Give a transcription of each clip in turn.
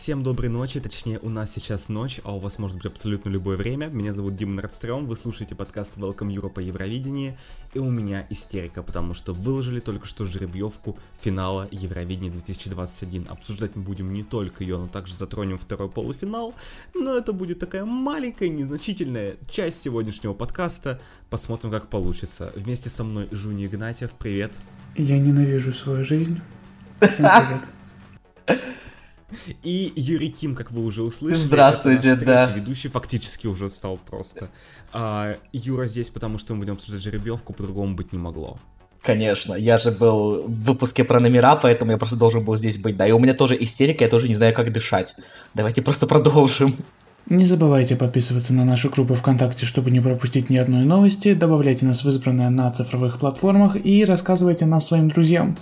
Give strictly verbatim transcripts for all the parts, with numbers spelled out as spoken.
Всем доброй ночи, точнее у нас сейчас ночь, а у вас может быть абсолютно любое время. Меня зовут Дима Нордстрём, вы слушаете подкаст Welcome Europe по Евровидении, и у меня истерика, потому что выложили только что жеребьевку финала Евровидения две тысячи двадцать один. Обсуждать мы будем не только ее, но также затронем второй полуфинал, но это будет такая маленькая, незначительная часть сегодняшнего подкаста. Посмотрим, как получится. Вместе со мной Жуни Игнатьев, привет. Я ненавижу свою жизнь. Всем привет. И Юрий Ким, как вы уже услышали. Здравствуйте, это наш да. третий ведущий, фактически уже стал просто. А, Юра здесь, потому что мы будем обсуждать жеребьевку, по-другому быть не могло. Конечно, я же был в выпуске про номера, поэтому я просто должен был здесь быть, да. И у меня тоже истерика, я тоже не знаю, как дышать. Давайте просто продолжим. Не забывайте подписываться на нашу группу ВКонтакте, чтобы не пропустить ни одной новости, добавляйте нас в избранное на цифровых платформах и рассказывайте о нас своим друзьям.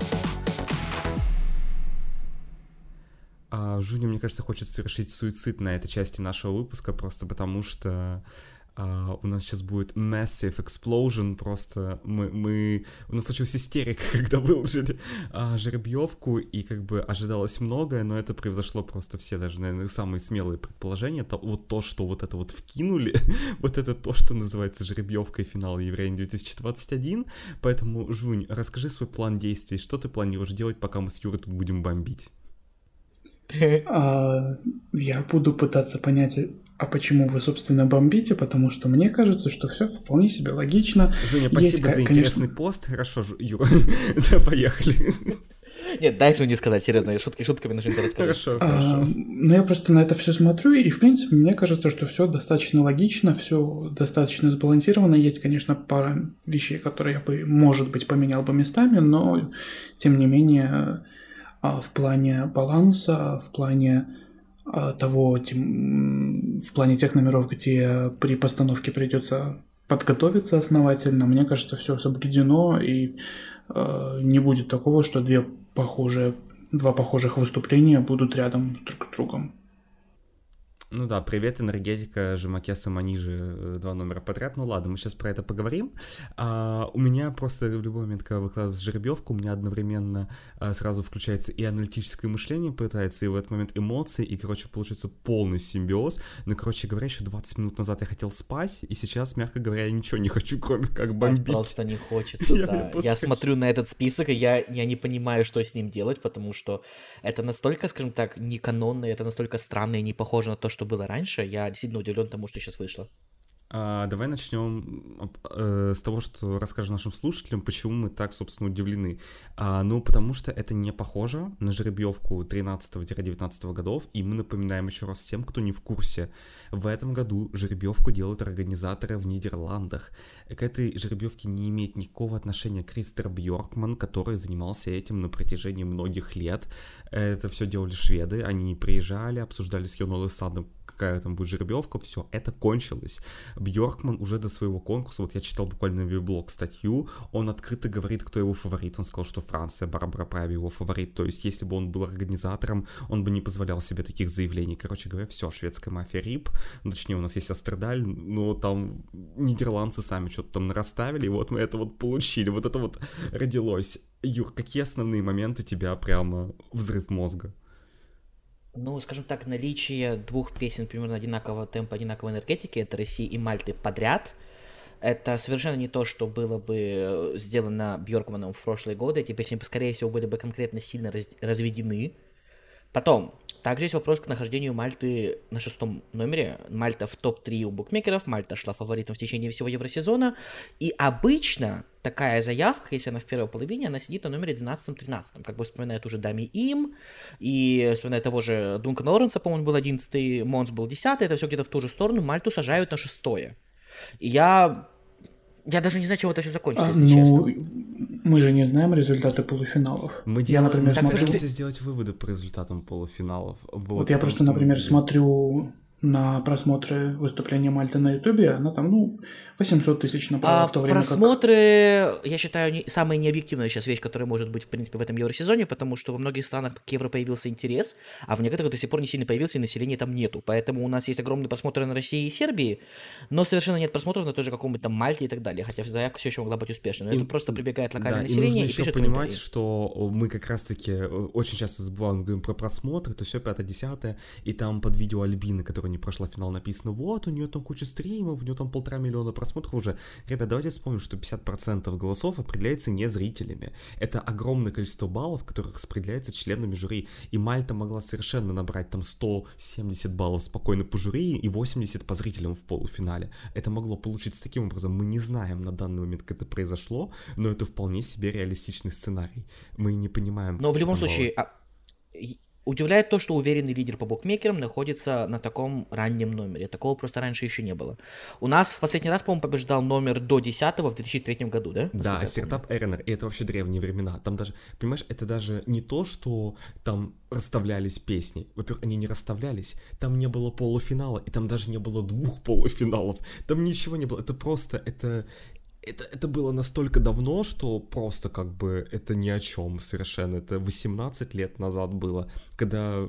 А, Жуня, мне кажется, хочет совершить суицид на этой части нашего выпуска, просто потому что а, у нас сейчас будет massive explosion, просто мы, мы... у нас случилась истерика, когда выложили а, жеребьевку, и как бы ожидалось многое, но это превзошло просто все, даже, наверное, самые смелые предположения. То, вот то, что вот это вот вкинули, вот это то, что называется жеребьевкой финала Евровидения две тысячи двадцать один, поэтому, Жунь, расскажи свой план действий, что ты планируешь делать, пока мы с Юрой тут будем бомбить? А, я буду пытаться понять, а почему вы, собственно, бомбите, потому что мне кажется, что все вполне себе логично. Женя, спасибо Есть, за конечно... интересный пост. Хорошо, Юра, да, поехали. Нет, дай Жуне сказать, серьезно, шутки шутками нужно рассказать. Хорошо, а, хорошо. Ну, я просто на это все смотрю, и, в принципе, мне кажется, что все достаточно логично, все достаточно сбалансировано. Есть, конечно, пара вещей, которые я бы, может быть, поменял бы местами, но, тем не менее... в плане баланса, в плане того, тем, в плане тех номеров, где при постановке придется подготовиться основательно, мне кажется, все соблюдено, и э, не будет такого, что две похожие, два похожих выступления будут рядом друг с другом. Ну да, привет, энергетика, Жмакеса, Манижи, два номера подряд. Ну ладно, мы сейчас про это поговорим. А, у меня просто в любой момент, когда выкладывается жеребьевка, у меня одновременно а, сразу включается и аналитическое мышление пытается, и в этот момент эмоции, и, короче, получается полный симбиоз. Ну, короче говоря, еще двадцать минут назад я хотел спать, и сейчас, мягко говоря, я ничего не хочу, кроме как спать бомбить. Просто не хочется, я, да. Я, я смотрю на этот список, и я, я не понимаю, что с ним делать, потому что это настолько, скажем так, не канонно, это настолько странно и не похоже на то, что было раньше, я действительно удивлен тому, что сейчас вышло. А, давай начнем э, с того, что расскажем нашим слушателям, почему мы так, собственно, удивлены. А, ну, потому что это не похоже на жеребьевку тринадцатого-девятнадцатого годов, и мы напоминаем еще раз всем, кто не в курсе. В этом году жеребьевку делают организаторы в Нидерландах. К этой жеребьевке не имеет никакого отношения Кристер Бьоркман, который занимался этим на протяжении многих лет. Это все делали шведы, они приезжали, обсуждали с Йонной Сандом, какая там будет жеребьевка, все, это кончилось. Бьоркман уже до своего конкурса, вот я читал буквально на Виблог статью, он открыто говорит, кто его фаворит, он сказал, что Франция, Барбара Прави его фаворит, то есть если бы он был организатором, он бы не позволял себе таких заявлений. Короче говоря, все, шведская мафия рип, ну, точнее у нас есть Астридаль, но там нидерландцы сами что-то там нараставили, и вот мы это вот получили, вот это вот родилось. Юр, какие основные моменты тебя прямо взрыв мозга? Ну, скажем так, наличие двух песен примерно одинакового темпа, одинаковой энергетики, это России и Мальты подряд, это совершенно не то, что было бы сделано Бьоркманом в прошлые годы. Эти песни, скорее всего, были бы конкретно сильно раз- разведены. Потом, также есть вопрос к нахождению Мальты на шестом номере. Мальта в топ три у букмекеров, Мальта шла фаворитом в течение всего Евросезона. И обычно такая заявка, если она в первой половине, она сидит на номере двенадцатом-тринадцатом. Как бы вспоминает уже Дами Им, и вспоминает того же Дункана Лоренса, по-моему, был одиннадцатый, Монс был десятый, это все где-то в ту же сторону. Мальту сажают на шестое. И я... Я даже не знаю, чем это все закончится, а, если ну, честно. Мы же не знаем результаты полуфиналов. Мы я, делаем, например, мы смотрю... стараемся сделать выводы по результатам полуфиналов. Вот, вот я просто, например, мы... смотрю на просмотры выступления Мальты на Ютубе, она там, ну, восемьсот тысяч набрала, А в то время просмотры, как... я считаю, не, самая необъективная сейчас вещь, которая может быть, в принципе, в этом евросезоне, потому что во многих странах к евро появился интерес, а в некоторых до сих пор не сильно появился, и населения там нету. Поэтому у нас есть огромные просмотры на России и Сербии, но совершенно нет просмотров на той же каком-нибудь там Мальте и так далее, хотя заявка все еще могла быть успешной. Но И- это просто прибегает локальное Да, и население нужно и, еще пишет понимать, комментарии. что мы как раз-таки э, очень часто забываем, говорим про просмотры, то все пятое-десятое, и там под видео Альбины, которая не прошла финал, написано, вот, у нее там куча стримов, у нее там полтора миллиона просмотров уже. Ребят, давайте вспомним, что пятьдесят процентов голосов определяется не зрителями. Это огромное количество баллов, которые распределяются членами жюри. И Мальта могла совершенно набрать там сто семьдесят баллов спокойно по жюри и восемьдесят по зрителям в полуфинале. Это могло получиться таким образом. Мы не знаем на данный момент, как это произошло, но это вполне себе реалистичный сценарий. Мы не понимаем... Но в как любом это случае, а, и- удивляет то, что уверенный лидер по букмекерам находится на таком раннем номере. Такого просто раньше еще не было. У нас в последний раз, по-моему, побеждал номер до десятого в две тысячи третьем году, да? Да, Насколько я Сертап Эренер, и это вообще древние времена. Там даже, понимаешь, это даже не то, что там расставлялись песни. Во-первых, они не расставлялись. Там не было полуфинала, и там даже не было двух полуфиналов. Там ничего не было. Это просто, это... Это, это было настолько давно, что просто как бы это ни о чем совершенно. Это восемнадцать лет назад было, когда,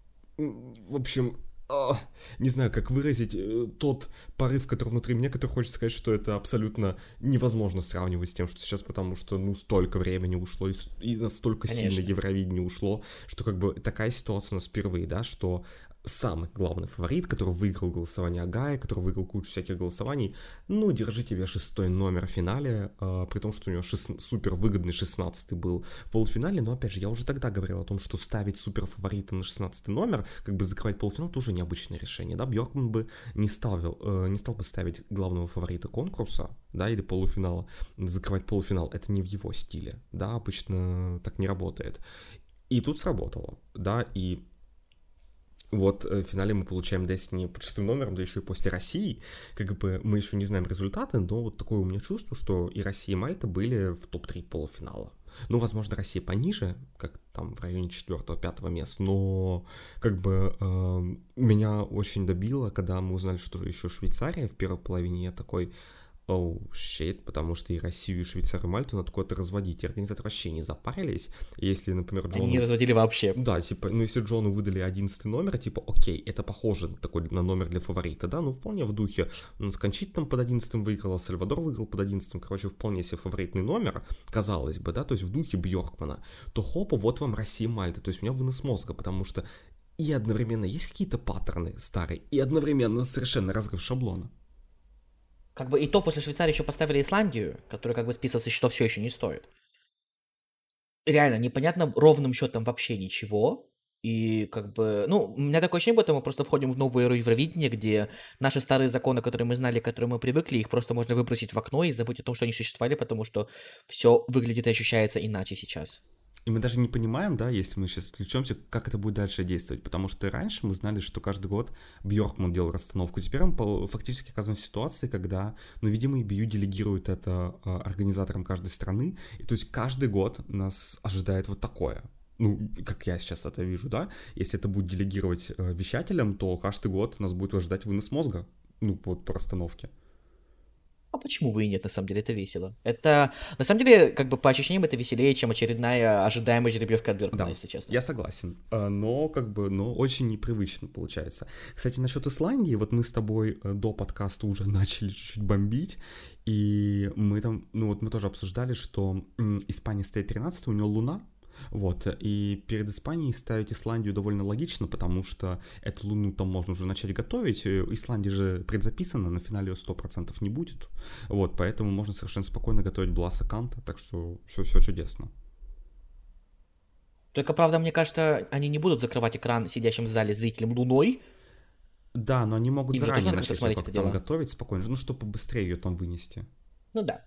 м, в общем, а, не знаю, как выразить э, тот порыв, который внутри меня, который хочет сказать, что это абсолютно невозможно сравнивать с тем, что сейчас, потому что, ну, столько времени ушло и, с- и настолько Конечно. сильно Евровидение ушло, что как бы такая ситуация у нас впервые, да, что самый главный фаворит, который выиграл голосование Агая, который выиграл кучу всяких голосований, ну, держи тебе шестой номер в финале, а, при том, что у него шест... супер выгодный шестнадцатый был в полуфинале, но, опять же, я уже тогда говорил о том, что ставить супер фаворита на шестнадцатый номер, как бы закрывать полуфинал, тоже необычное решение, да, Бьоркман бы не ставил, э, не стал бы ставить главного фаворита конкурса, да, или полуфинала, закрывать полуфинал, это не в его стиле, да, обычно так не работает. И тут сработало, да, и вот э, в финале мы получаем Destiny под шестым номером, да еще и после России. Как бы мы еще не знаем результаты, но вот такое у меня чувство, что и Россия, и Мальта были в топ-три полуфинала. Ну, возможно, Россия пониже, как там в районе четвёртого-пятого места, но как бы э, меня очень добило, когда мы узнали, что еще Швейцария в первой половине, я такой... оу, oh, щит, потому что и Россию, и Швейцарию, и Мальту надо куда-то разводить. И организаторы вообще не запарились. Если, например, Джону... Они не разводили вообще. Да, типа, ну если Джону выдали одиннадцатый номер, типа, окей, это похоже такой на номер для фаворита, да, ну вполне в духе. Ну, Скончит там под одиннадцатым выиграла, Сальвадор выиграл под одиннадцатым, короче, вполне себе фаворитный номер, казалось бы, да, то есть в духе Бьоркмана. То хопа, вот вам Россия, Мальта, то есть у меня вынос мозга, потому что и одновременно есть какие-то паттерны старые, и одновременно совершенно разрыв шаблона. Как бы и то после Швейцарии еще поставили Исландию, которая как бы списываться со счетов все еще не стоит. Реально, непонятно ровным счетом вообще ничего. И как бы, ну, у меня такое ощущение, будто мы просто входим в новую эру Евровидения, где наши старые законы, которые мы знали, к которым мы привыкли, их просто можно выбросить в окно и забыть о том, что они существовали, потому что все выглядит и ощущается иначе сейчас. И мы даже не понимаем, да, если мы сейчас включимся, как это будет дальше действовать, потому что раньше мы знали, что каждый год Бьоркман делал расстановку. Теперь мы фактически оказываемся в ситуации, когда, ну, видимо, и би ю делегирует это э, организаторам каждой страны, и то есть каждый год нас ожидает вот такое. Ну, как я сейчас это вижу, да, если это будет делегировать э, вещателям, то каждый год нас будет ожидать вынос мозга, ну, вот по расстановке. А почему бы и нет, на самом деле, это весело. Это, на самом деле, как бы по ощущениям, это веселее, чем очередная ожидаемая жеребьевка от Бьоркмана, Да, если честно. я согласен, но как бы, но очень непривычно получается. Кстати, насчет Исландии, вот мы с тобой до подкаста уже начали чуть-чуть бомбить, и мы там, ну вот мы тоже обсуждали, что м, Испания стоит тринадцатой, у нее Луна. Вот, и перед Испанией ставить Исландию довольно логично, потому что эту луну там можно уже начать готовить. Исландия же предзаписана, на финале ее сто процентов не будет. Вот, поэтому можно совершенно спокойно готовить Бласа Канта, так что все, все чудесно. Только, правда, мне кажется, они не будут закрывать экран сидящим в зале зрителям луной. Да, но они могут Им же тоже заранее надо начать смотреть ее как это там дело. готовить спокойно, ну, чтобы побыстрее ее там вынести. Ну да.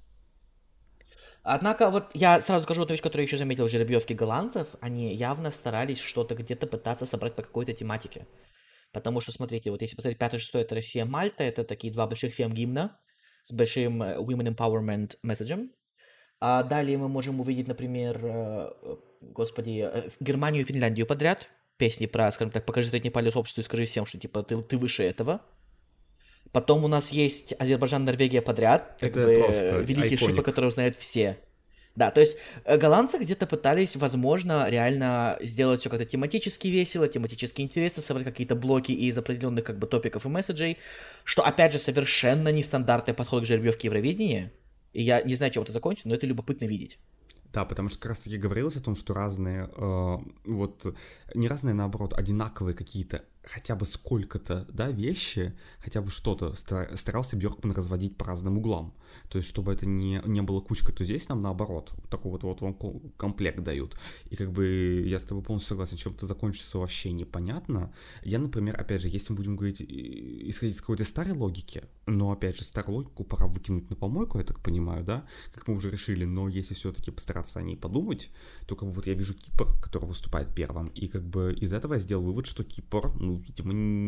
Однако, вот я сразу скажу одну вещь, которую я еще заметил в жеребьевке голландцев. Они явно старались что-то где-то пытаться собрать по какой-то тематике. Потому что, смотрите, вот если посмотреть пятое, шестое, это Россия, Мальта, это такие два больших фем-гимна с большим э, women empowerment месседжем. А далее мы можем увидеть, например, э, господи, э, Германию и Финляндию подряд. песни про, скажем так, покажи средний палец обществу и скажи всем, что типа ты, ты выше этого. Потом у нас есть Азербайджан, Норвегия подряд, как это бы просто великие iconic. шипы, которые знают все. Да, то есть голландцы где-то пытались, возможно, реально сделать все как-то тематически весело, тематически интересно, собрать какие-то блоки из определенных как бы топиков и месседжей, что, опять же, совершенно нестандартный подход к жеребьевке Евровидения. И я не знаю, чем это закончится, но это любопытно видеть. Да, потому что как раз таки говорилось о том, что разные, э, вот, не разные, наоборот, одинаковые какие-то, хотя бы сколько-то, да, вещи, хотя бы что-то старался Бьоркман разводить по разным углам. То есть, чтобы это не, не было кучка, то здесь нам наоборот, такой вот, вот вам комплект дают. И как бы я с тобой полностью согласен, чем это закончится вообще непонятно. Я, например, опять же, если мы будем говорить, исходить из какой-то старой логики, но опять же, старую логику пора выкинуть на помойку, я так понимаю, да, как мы уже решили, но если все-таки постараться о ней подумать, то как бы вот я вижу Кипр, который выступает первым, и как бы из этого я сделал вывод, что Кипр, ну, видимо,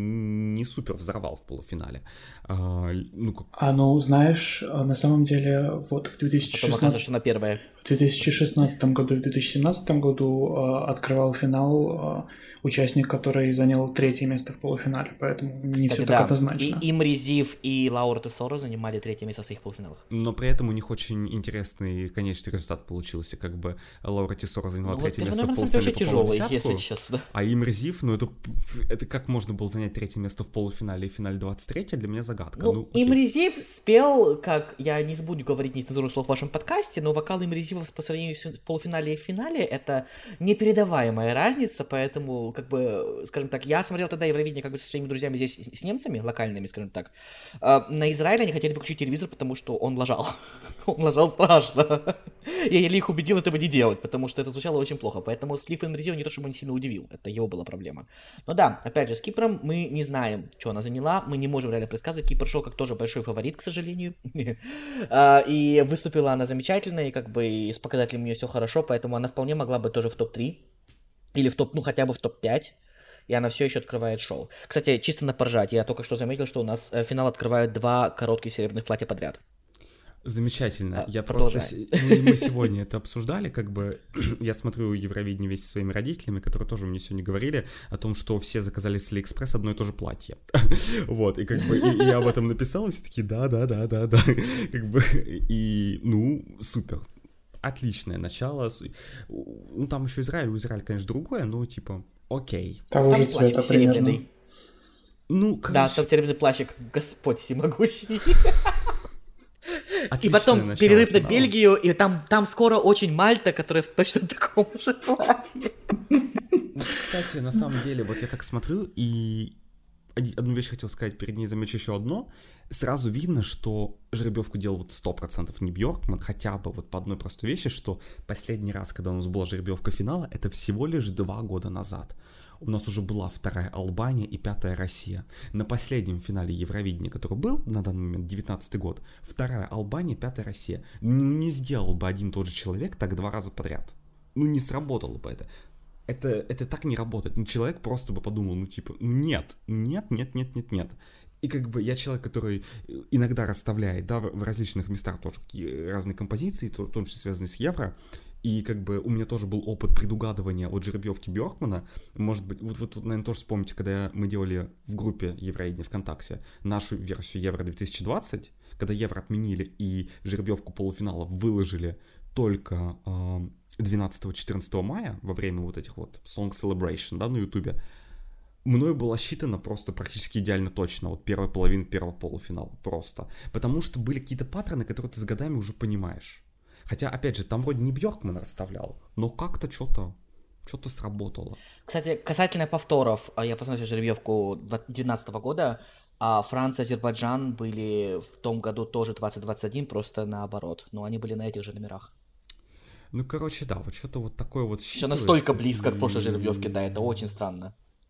не супер взорвал в полуфинале. А, ну, как... а ну, знаешь, на самом деле, вот в две тысячи шестнадцатом, что на первое. В две тысячи шестнадцатом году и в две тысячи семнадцатом году э, открывал финал э, участник, который занял третье место в полуфинале, поэтому не все да. так однозначно. И Имри Зив и Лаура Тессоро занимали третье место в своих полуфиналах. Но при этом у них очень интересный конечный результат получился, как бы Лаура Тессоро заняла ну, третье вот, место в полуфинале, попала в десятку, если честно. А Имри Зив, ну это, это как можно было занять третье место в полуфинале и финале двадцать третье, для меня загадка. Ну, ну Имри Зив спел, как, я не буду говорить нецензурных слов в вашем подкасте, но вокал Имри Зива по сравнению с в полуфинале и в финале это непередаваемая разница, поэтому, как бы, скажем так, я смотрел тогда Евровидение как бы со своими друзьями здесь, с немцами, локальными, скажем так. На Израиле они хотели выключить телевизор, потому что он лажал. Он лажал страшно. Я еле их убедил этого не делать, потому что это звучало очень плохо. Поэтому слив Эмризио не то, чтобы он сильно удивил. Это его была проблема. Но да, опять же, с Кипром мы не знаем, что она заняла. Мы не можем реально предсказывать. Кипр шел как тоже большой фаворит, к сожалению. И выступила она замечательно, и как бы с показателем у нее все хорошо, поэтому она вполне могла быть тоже в топ три. Или в топ, ну хотя бы в топ пять. И она все еще открывает шоу. Кстати, чисто на поржать, я только что заметил, что у нас финал открывают два коротких серебряных платья подряд. Замечательно. А, я продолжай. просто... Мы, мы сегодня это обсуждали, как бы... Я смотрю Евровидение вместе со своими родителями, которые тоже мне сегодня говорили о том, что все заказали с Алиэкспресс одно и то же платье. Вот, и как бы и, и я об этом написал, и все такие, да-да-да-да-да. Как бы, и, ну, супер. Отличное начало. Ну, там еще Израиль, у Израиля, конечно, другое, но, типа, окей. Того же цвета примерно. Ну, короче... Да, там серебряный плащик, Господь всемогущий. Отличное и потом начало перерыв финала. на Бельгию, и там, там скоро очень Мальта, которая в точно таком же платье. Кстати, на самом деле, вот я так смотрю, и одну вещь хотел сказать, перед ней замечу еще одно. Сразу видно, что жеребьевку делал вот сто процентов не Бьоркман, хотя бы вот по одной простой вещи, что последний раз, когда у нас была жеребьевка финала, это всего лишь два года назад. У нас уже была вторая Албания и пятая Россия. На последнем финале Евровидения, который был на данный момент девятнадцатый год, вторая Албания, пятая Россия. Ну, не сделал бы один тот же человек так два раза подряд. Ну, не сработало бы это. Это, это так не работает. Ну, человек просто бы подумал, ну, типа, ну, нет, нет, нет, нет, нет, нет. И как бы я человек, который иногда расставляет, да, в различных местах тоже разные композиции, в том числе связанные с Евро. И как бы у меня тоже был опыт предугадывания от жеребьевки Бьоркмана. Может быть, вот, вот, наверное, тоже вспомните, когда мы делали в группе Евровидения ВКонтакте нашу версию Евро две тысячи двадцать, когда Евро отменили и жеребьевку полуфинала выложили только э, двенадцатого-четырнадцатого мая во время вот этих вот Song Celebration, да, на Ютубе. Мною было считано просто практически идеально точно, вот первая половина первого полуфинала, просто. Потому что были какие-то паттерны, которые ты с годами уже понимаешь. Хотя, опять же, там вроде не Бьоркман расставлял, но как-то что-то что-то сработало. Кстати, касательно повторов, я посмотрел жеребьевку две тысячи девятнадцатого года, а Франция и Азербайджан были в том году тоже двадцать двадцать один, просто наоборот, но они были на этих же номерах. Ну, короче, да, вот что-то вот такое вот считывается. Все настолько близко к прошлой жеребьевке, да, это очень странно.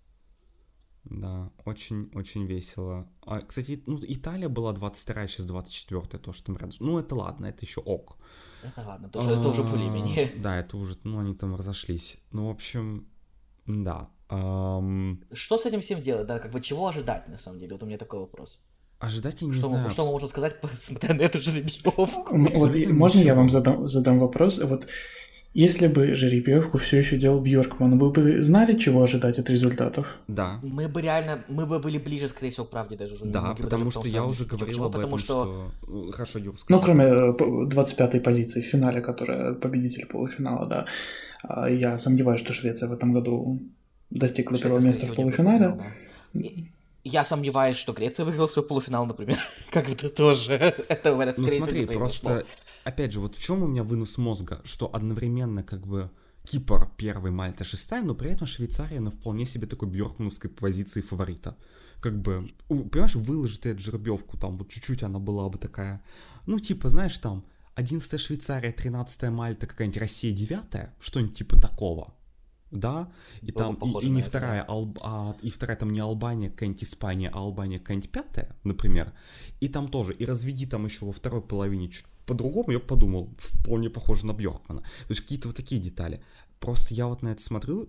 Да, очень-очень весело. А, кстати, ну, Италия была двадцать вторая, сейчас двадцать четвёртая, то, что там рядом. Ну, это ладно, это еще ок. Это ладно, это уже, это уже более-менее. Да, это уже, ну, они там разошлись. Ну, в общем, да. Um... Что с этим всем делать, да, как бы чего ожидать, на самом деле? Вот у меня такой вопрос. Ожидать я не что знаю. Мы, что мы можем сказать, смотря на эту жеребьевку? Вот, можно я вам задам, задам вопрос? Вот Если бы жеребьевку все еще делал Бьоркман, вы бы знали, чего ожидать от результатов? Да. Мы бы реально, мы бы были ближе, скорее всего, к правде даже. Уже да, потому что я уже говорил об этом, что... что... Хорошо, Юр, скажи. Ну, кроме двадцать пятой позиции в финале, которая победитель полуфинала, да. Я сомневаюсь, что Швеция в этом году достигла первого места в полуфинале. Полуфинал, да. Я сомневаюсь, что Греция выиграла свой полуфинал, например. Как бы тоже. Это, говорят, скорее всего, не произошло. Ну смотри, просто... Опять же, вот в чем у меня вынос мозга, что одновременно как бы Кипр первый, Мальта шестая, но при этом Швейцария на вполне себе такой бьоркмановской позиции фаворита. Как бы, понимаешь, выложить эту жеребьевку, там вот чуть-чуть она была бы такая, ну типа, знаешь, там одиннадцатая Швейцария, тринадцатая Мальта, какая-нибудь Россия девятая, что-нибудь типа такого. Да, и было там, и, и не вторая, это, Алб... а, и вторая там не Албания, какая-нибудь Испания, а Албания какая-нибудь пятая, например, и там тоже, и разведи там еще во второй половине чуть по-другому, я подумал, вполне похоже на Бьоркмана, то есть какие-то вот такие детали, просто я вот на это смотрю,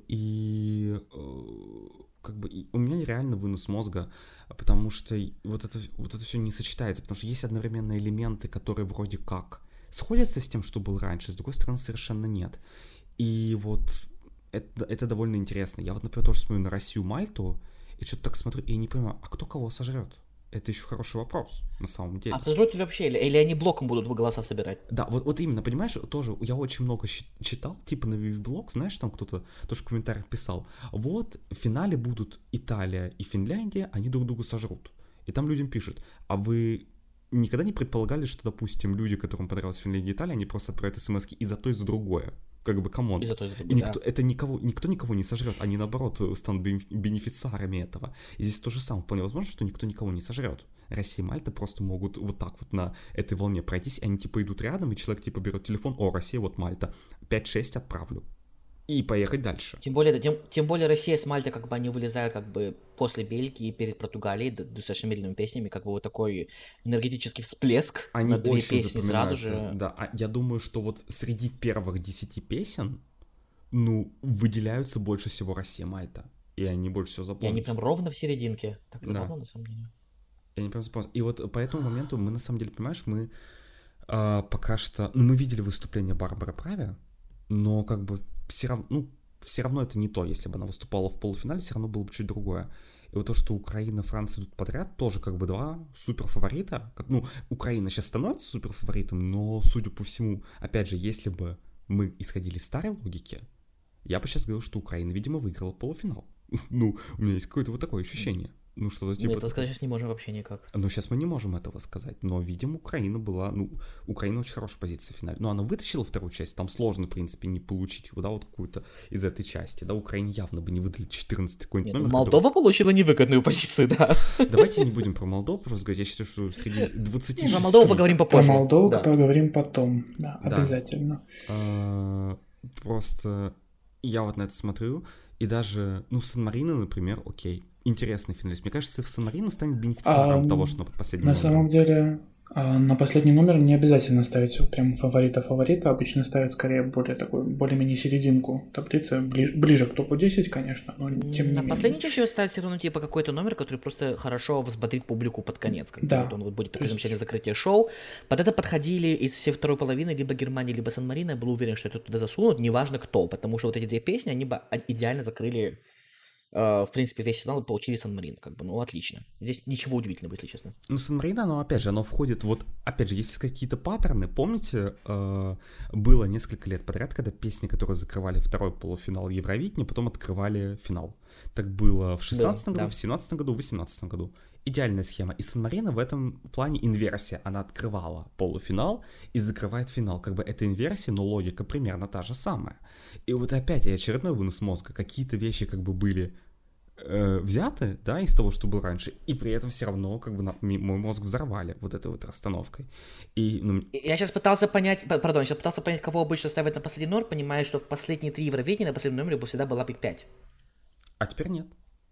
и э, как бы и у меня реально вынос мозга, потому что вот это, вот это все не сочетается, потому что есть одновременно элементы, которые вроде как сходятся с тем, что был раньше, с другой стороны совершенно нет, и вот Это, это довольно интересно. Я вот, например, тоже смотрю на Россию, Мальту, и что-то так смотрю, и не понимаю, а кто кого сожрет? Это еще хороший вопрос, на самом деле. А сожрут ли вообще, или, или они блоком будут в голоса собирать? Да, вот, вот именно, понимаешь, тоже я очень много читал, типа на Вивблог, знаешь, там кто-то тоже в комментариях писал, вот в финале будут Италия и Финляндия, они друг друга сожрут. И там людям пишут, а вы никогда не предполагали, что, допустим, люди, которым понравилась Финляндия и Италия, они просто отправят смс-ки и за то, и за другое? Как бы, камон. И, и, и никто, да. это никого, никто никого не сожрет, они, наоборот, станут бенефициарами этого. И здесь то же самое. Вполне возможно, что никто никого не сожрет. Россия и Мальта просто могут вот так вот на этой волне пройтись, и они, типа, идут рядом, и человек, типа, берет телефон, о, Россия, вот Мальта, пять-шесть отправлю. И поехать дальше. Тем более, тем, тем более Россия с Мальтой, как бы, они вылезают, как бы, после Бельгии, перед Португалией, достаточно медленными песнями, как бы, вот такой энергетический всплеск. Они на две очень песни сразу же. Да, а я думаю, что вот среди первых десяти песен, ну, выделяются больше всего Россия, Мальта. И они больше всего запомнятся. И они прям ровно в серединке. Так забавно, да. На самом деле. И они прям запомнятся. И вот по этому моменту мы, на самом деле, понимаешь, мы а, пока что... Ну, мы видели выступление Барбары Прави, но, как бы, все равно, ну, все равно это не то, если бы она выступала в полуфинале, все равно было бы чуть другое. И вот то, что Украина, Франция идут подряд, тоже как бы два суперфаворита. Как, ну, Украина сейчас становится суперфаворитом, но, судя по всему, опять же, если бы мы исходили из старой логики, я бы сейчас говорил, что Украина, видимо, выиграла полуфинал. Ну, у меня есть какое-то вот такое ощущение. Ну, что-то типа... Мы это сказать сейчас не можем вообще никак. Ну, сейчас мы не можем этого сказать, но, видимо, Украина была... Ну, Украина очень хорошая позиция в финале. Но она вытащила вторую часть, там сложно, в принципе, не получить, да, вот какую-то из этой части. Да, Украине явно бы не выдали четырнадцатый какой-нибудь Нет, номер. Молдова который... получила невыгодную позицию, да. Давайте не будем про Молдову просто говорить. Я считаю, что среди двадцати шести... Про Молдову поговорим попозже. Про Молдову да. поговорим потом, да, обязательно. Да. Просто я вот на это смотрю, и даже, ну, Сан-Марино, например, окей. Интересный финалист. Мне кажется, Сан-Марино станет бенефициаром а, того, что на последнем На номере. самом деле, а, на последний номер не обязательно ставить прям фаворита-фаворита, обычно ставят скорее более такую, более-менее серединку таблицы, ближе, ближе к топу десять, конечно, но тем не на менее. Последний чаще ставят все равно типа какой-то номер, который просто хорошо взбодрит публику под конец. Как да. Вот он вот будет такое замечательное закрытие шоу. Под это подходили из всей второй половины либо Германия, либо Сан-Марино. Я был уверен, что это туда засунут, неважно кто, потому что вот эти две песни, они бы идеально закрыли в принципе, весь финал получили Сан-Марино, как бы, ну, отлично. Здесь ничего удивительного, если честно. Ну, Сан-Марино, оно, опять же, оно входит, вот, опять же, есть какие-то паттерны, помните, э, было несколько лет подряд, когда песни, которые закрывали второй полуфинал Евровидения, потом открывали финал. Так было в шестнадцатом да, году, да. в семнадцатом году, в восемнадцатом году. Идеальная схема. И Сан-Марино в этом плане инверсия. Она открывала полуфинал и закрывает финал. Как бы это инверсия, но логика примерно та же самая. И вот опять очередной вынос мозга. Какие-то вещи как бы были э, взяты, да, из того, что было раньше, и при этом все равно как бы на, мой мозг взорвали вот этой вот расстановкой. И, ну... Я сейчас пытался понять, пардон, я сейчас пытался понять, кого обычно ставят на последний номер, понимая, что в последние три Евровидения на последнем номере всегда была пик пять. А теперь нет.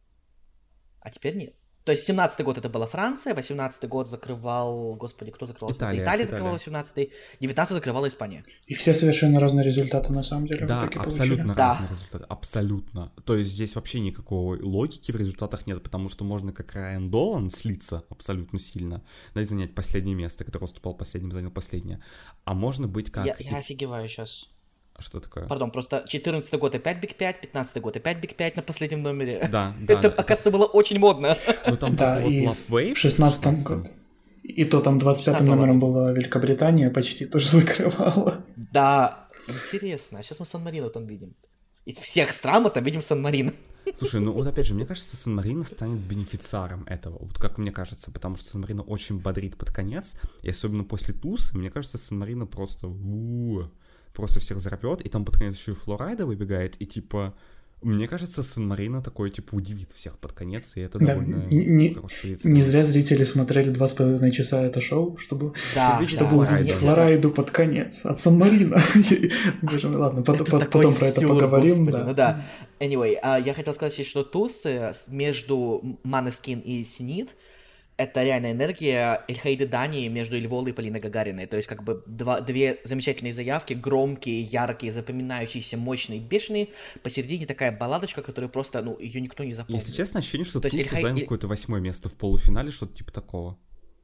А теперь нет. То есть семнадцатый год это была Франция, восемнадцатый год закрывал, господи, кто закрывал? Италия, Италия, Италия закрывала восемнадцатый, девятнадцатый закрывала Испания. И все совершенно разные результаты на самом деле. Да, абсолютно получили. разные да. результаты, абсолютно. То есть здесь вообще никакой логики в результатах нет, потому что можно как Райан Долан слиться абсолютно сильно, да, и занять последнее место, который выступал последним, занял последнее. А можно быть как... Я, я офигеваю сейчас. Что такое? Пардон, просто четырнадцатый год опять Биг пять, пятнадцатый год опять Биг пять на последнем номере. Да, да. Это, оказывается, было очень модно. Ну там да, вот и Love Wave в шестнадцатом году. И то там двадцать пятым номером была Великобритания, почти тоже закрывала. Да, интересно. А сейчас мы Сан-Марино там видим. Из всех стран мы там видим Сан-Марино. Слушай, ну вот опять же, мне кажется, Сан-Марино станет бенефициаром этого, вот как мне кажется, потому что Сан-Марино очень бодрит под конец, и особенно после Тусы, мне кажется, Сан-Марино просто у-у-у, просто всех взорвет, и там под конец еще и Флорайда выбегает, и типа, мне кажется, Сан-Марино такой, типа, удивит всех под конец, и это да, довольно не, хорошая позиция. Не зря зрители смотрели два с половиной часа это шоу, чтобы, да, чтобы да, увидеть да, Флорайду под конец от Сан-Марино. Ладно, потом про это поговорим. Ну да. Anyway, я хотел сказать, что тусы между Måneskin и Zenith это реальная энергия Эльхейды Дани между Эльволой и Полиной Гагариной. То есть, как бы, два, две замечательные заявки, громкие, яркие, запоминающиеся, мощные, бешеные. Посередине такая балладочка, которая просто, ну, ее никто не запомнил. Если честно, ощущение, что То Туз Эльхай... занял какое-то восьмое место в полуфинале, что-то типа такого.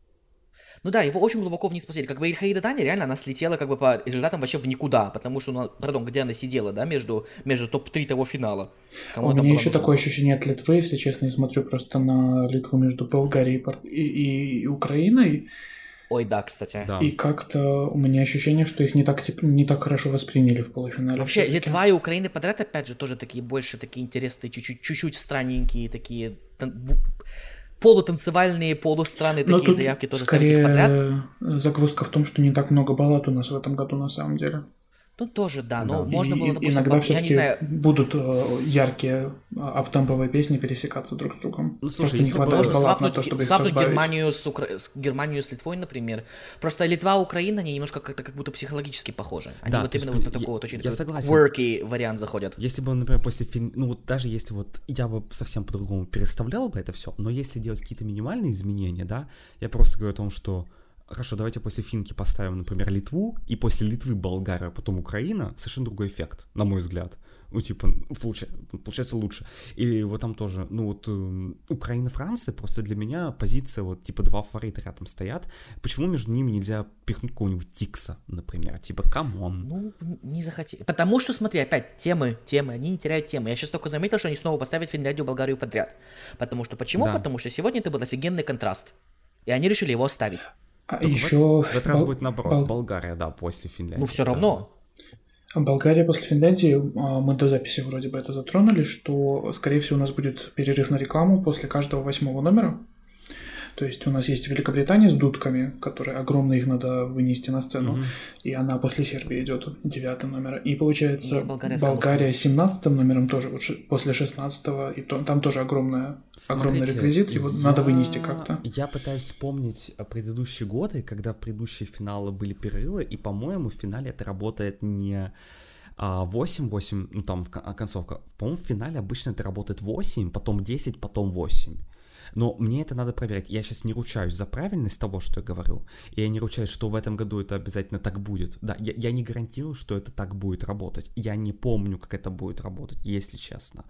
Ну да, его очень глубоко вниз посадили. Как бы Эльхейда Дани, реально, она слетела как бы по результатам вообще в никуда, потому что, ну, пардон, где она сидела, да, между, между топ-три того финала. Кому У меня еще нужно? Такое ощущение от Литвы, если честно, я смотрю просто на Литву между Болгарией и, и, и Украиной. Ой, да, кстати. Да. И как-то у меня ощущение, что их не так, не так хорошо восприняли в полуфинале. Вообще, все-таки. Литва и Украина подряд, опять же, тоже такие больше такие интересные, чуть-чуть, чуть-чуть странненькие, такие... полутанцевальные, полустранные такие тут заявки тоже скорее подряд. Загвоздка в том, что не так много баллад у нас в этом году на самом деле. Ну, тоже, да, но да. можно и, было, допустим, иногда я все-таки не знаю... будут яркие аптемповые песни пересекаться друг с другом. Ну, слушай, просто не хватает баллад на то, чтобы их разбавить. Германию с, Укра... с Германию с Литвой, например. Просто Литва, Украина, они немножко как-то как будто психологически похожи. Они да, вот именно есть, вот на такой я, вот очень я согласен. worky вариант заходят. Если бы, например, после фин... ну вот даже если вот я бы совсем по-другому переставлял бы это все, но если делать какие-то минимальные изменения, да, я просто говорю о том, что хорошо, давайте после финки поставим, например, Литву, и после Литвы Болгария, а потом Украина, совершенно другой эффект, на мой взгляд. Ну, типа, получается, получается лучше. И вот там тоже, ну, вот э, Украина-Франция, просто для меня позиция, вот, типа, два фаворита рядом стоят. Почему между ними нельзя пихнуть какого-нибудь Тикса, например? Типа, камон. Ну, не захотели. Потому что, смотри, опять, темы, темы, они не теряют темы. Я сейчас только заметил, что они снова поставят Финляндию и Болгарию подряд. Потому что, почему? Да. Потому что сегодня это был офигенный контраст. И они решили его оставить. А Только еще... В этот раз будет наоборот, Бол... Болгария, да, после Финляндии. Ну, все равно. Болгария после Финляндии, мы до записи вроде бы это затронули, что, скорее всего, у нас будет перерыв на рекламу после каждого восьмого номера. То есть у нас есть Великобритания с дудками, которые огромные, их надо вынести на сцену, mm-hmm. и она после Сербии идет девятым номером. И получается Нет, Болгария семнадцатым номером тоже вот после шестнадцатого, и то, там тоже огромная, огромный реквизит, его я... надо вынести как-то. Я пытаюсь вспомнить предыдущие годы, когда в предыдущие финалы были перерывы, и, по-моему, в финале это работает не... восемь-восемь, ну там концовка. По-моему, в финале обычно это работает восемь, потом десять, потом восемь. Но мне это надо проверять. Я сейчас не ручаюсь за правильность того, что я говорю. И я не ручаюсь, что в этом году это обязательно так будет. Да, я, я не гарантирую, что это так будет работать. Я не помню, как это будет работать, если честно.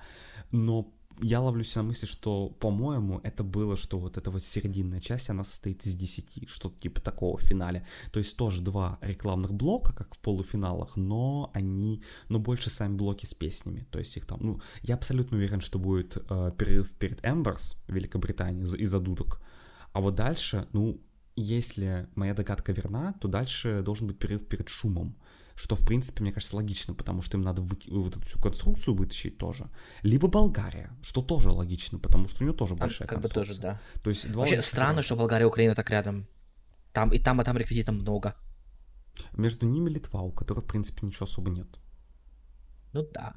Но я ловлюсь на мысли, что, по-моему, это было, что вот эта вот серединная часть, она состоит из десяти, что-то типа такого в финале. То есть тоже два рекламных блока, как в полуфиналах, но они, но больше сами блоки с песнями. То есть их там, ну, я абсолютно уверен, что будет э, перерыв перед Эмберс в Великобритании из-за дудок. А вот дальше, ну, если моя догадка верна, то дальше должен быть перерыв перед шумом. Что, в принципе, мне кажется, логично, потому что им надо вы... вот эту всю конструкцию вытащить тоже. Либо Болгария, что тоже логично, потому что у нее тоже большая как конструкция. Бы тоже, да. То есть, два вообще странно, фронта. Что Болгария и Украина так рядом. Там и там, и там реквизитов много. Между ними Литва, у которой, в принципе, ничего особо нет. Ну да.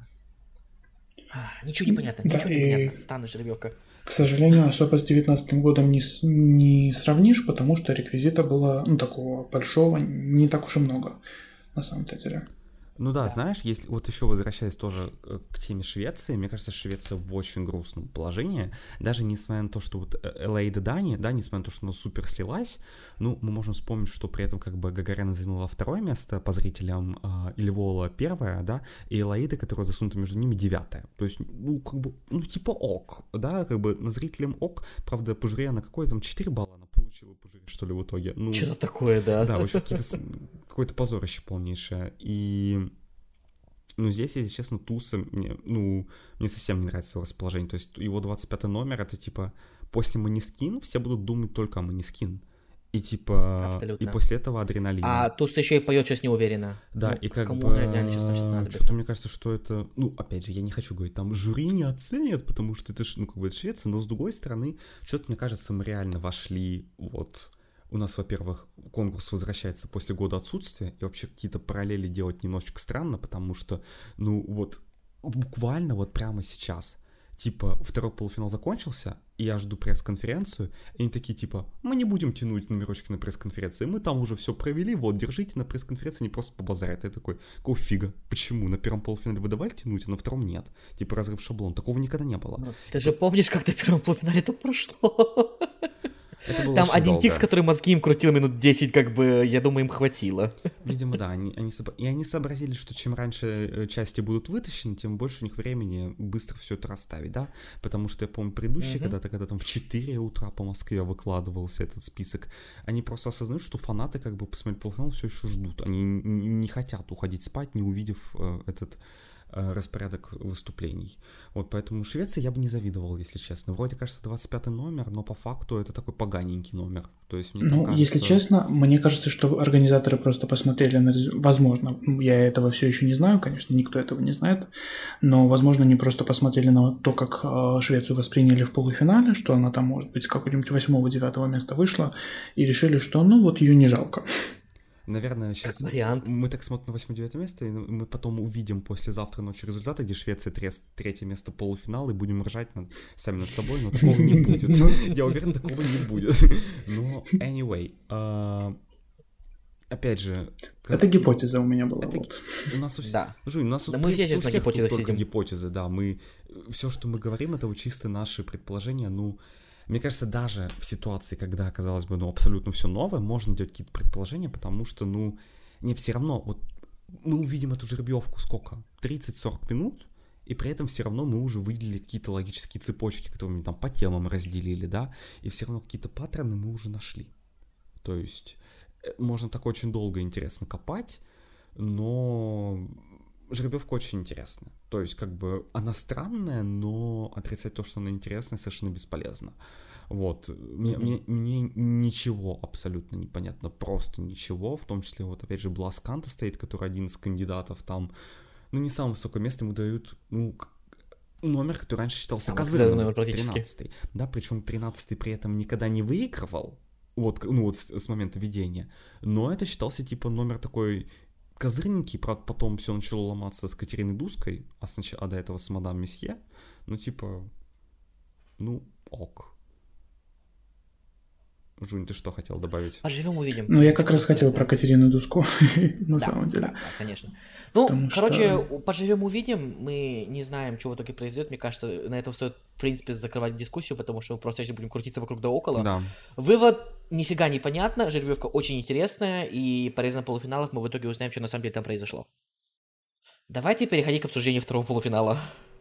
Ничего не понятно, да, ничего не понятно. Странная жеребьевка. К сожалению, особо с девятнадцатым годом не, не сравнишь, потому что реквизита было, ну, такого большого не так уж и много. На самом-то деле. Ну да, да, знаешь, если вот еще возвращаясь тоже к теме Швеции, мне кажется, Швеция в очень грустном положении, даже несмотря на то, что вот Элейда Дани, да, несмотря на то, что она супер слилась, ну, мы можем вспомнить, что при этом как бы Гагарина заняла второе место по зрителям, э, Ильвола первое, да, и Элейда, которая засунута между ними, девятое. То есть, ну, как бы, ну, типа ок, да, как бы на зрителям ок, правда, по жюри она какое там четыре балла она получила по жюри, что ли, в итоге. Ну, что-то такое, да. Да, в общем, какое-то позорище полнейшее. И ну, здесь, если честно, Туса, мне, ну, мне совсем не нравится его расположение. То есть его двадцать пятый номер, это типа после Måneskin все будут думать только о Måneskin. И типа, абсолютно. И после этого адреналин. А Туса еще и поет сейчас неуверенно. Да, ну, и как кому бы реально сейчас точно надо. Что-то мне кажется, что это, ну, опять же, я не хочу говорить, там жюри не оценят, потому что это, ну, как бы это Швеция, но с другой стороны, что-то, мне кажется, мы реально вошли, вот, у нас, во-первых, конкурс возвращается после года отсутствия, и вообще какие-то параллели делать немножечко странно, потому что, ну, вот, буквально вот прямо сейчас, типа, второй полуфинал закончился, и я жду пресс-конференцию, и они такие, типа, мы не будем тянуть номерочки на пресс-конференции, мы там уже все провели, вот, держите, на пресс-конференции не просто побазарят. Я такой, какого фига? Почему? На первом полуфинале вы давали тянуть, а на втором нет? Типа, разрыв шаблон. Такого никогда не было. Ну, ты же помнишь, как на первом полуфинале это прошло? Это там один долго. тикс, который мозги им крутил минут десять, как бы, я думаю, им хватило. Видимо, да, они, они соб... и они сообразили, что чем раньше части будут вытащены, тем больше у них времени быстро все это расставить, да, потому что я помню предыдущий, mm-hmm. когда-то, когда там в четыре утра по Москве выкладывался этот список, они просто осознают, что фанаты, как бы, посмотреть полуфинал, все еще ждут, они не, не хотят уходить спать, не увидев э, этот распорядок выступлений. Вот поэтому Швеции я бы не завидовал, если честно. Вроде кажется двадцать пятый номер, но по факту это такой поганенький номер. То есть, мне ну, кажется... если честно, мне кажется, что организаторы просто посмотрели на... Возможно, я этого все еще не знаю, конечно, никто этого не знает, но, возможно, они просто посмотрели на то, как Швецию восприняли в полуфинале, что она там, может быть, с какого-нибудь восьмого-девятого места вышла, и решили, что, ну, вот ее не жалко. Наверное, сейчас вариант. Мы так смотрим на восьмое-девятое место, и мы потом увидим послезавтра ночью результаты, где Швеция трес, третье место полуфинала, и будем ржать над, сами над собой, но такого не будет. Я уверен, такого не будет. Но, anyway, uh, опять же... Как... Это гипотеза у меня была. Это... Вот. У нас у всех... Да. Жуй, у нас да у, мы принципе, все у всех на гипотезах только сидим. гипотезы, да. Мы... Все, что мы говорим, это вот чисто наши предположения, ну... Мне кажется, даже в ситуации, когда, казалось бы, ну, абсолютно все новое, можно делать какие-то предположения, потому что, ну, не все равно, вот мы увидим эту жеребьевку сколько? тридцать-сорок минут, и при этом все равно мы уже выделили какие-то логические цепочки, которые мы там по темам разделили, да, и все равно какие-то паттерны мы уже нашли. То есть можно так очень долго и интересно копать, но жеребьевка очень интересная. То есть как бы она странная, но отрицать то, что она интересная, совершенно бесполезно. Вот, мне, mm-hmm. мне, мне ничего абсолютно непонятно, просто ничего, в том числе, вот, опять же, Бласканта стоит, который один из кандидатов, там, ну, не самое высокое место, ему дают, ну, номер, который раньше считался козырным, тринадцатый, да, причем тринадцатый при этом никогда не выигрывал, вот, ну, вот с, с момента ведения, но это считался, типа, номер такой козырненький, правда, потом все начало ломаться с Катериной Дуской, а, снач... а до этого с мадам Месье, ну, типа, ну, ок. Жунь, ты что хотел добавить? Поживем, увидим. Ну, я как раз хотел про Катерину Дуску, на да, самом деле. Да, да, конечно. Ну, Потому короче, что... поживем, увидим. Мы не знаем, что в итоге произойдет. Мне кажется, на этом стоит, в принципе, закрывать дискуссию, потому что мы просто сейчас будем крутиться вокруг да около. Да. Вывод нифига не понятно. Жеребьевка очень интересная, и по результатам полуфиналов мы в итоге узнаем, что на самом деле там произошло. Давайте переходить к обсуждению второго полуфинала.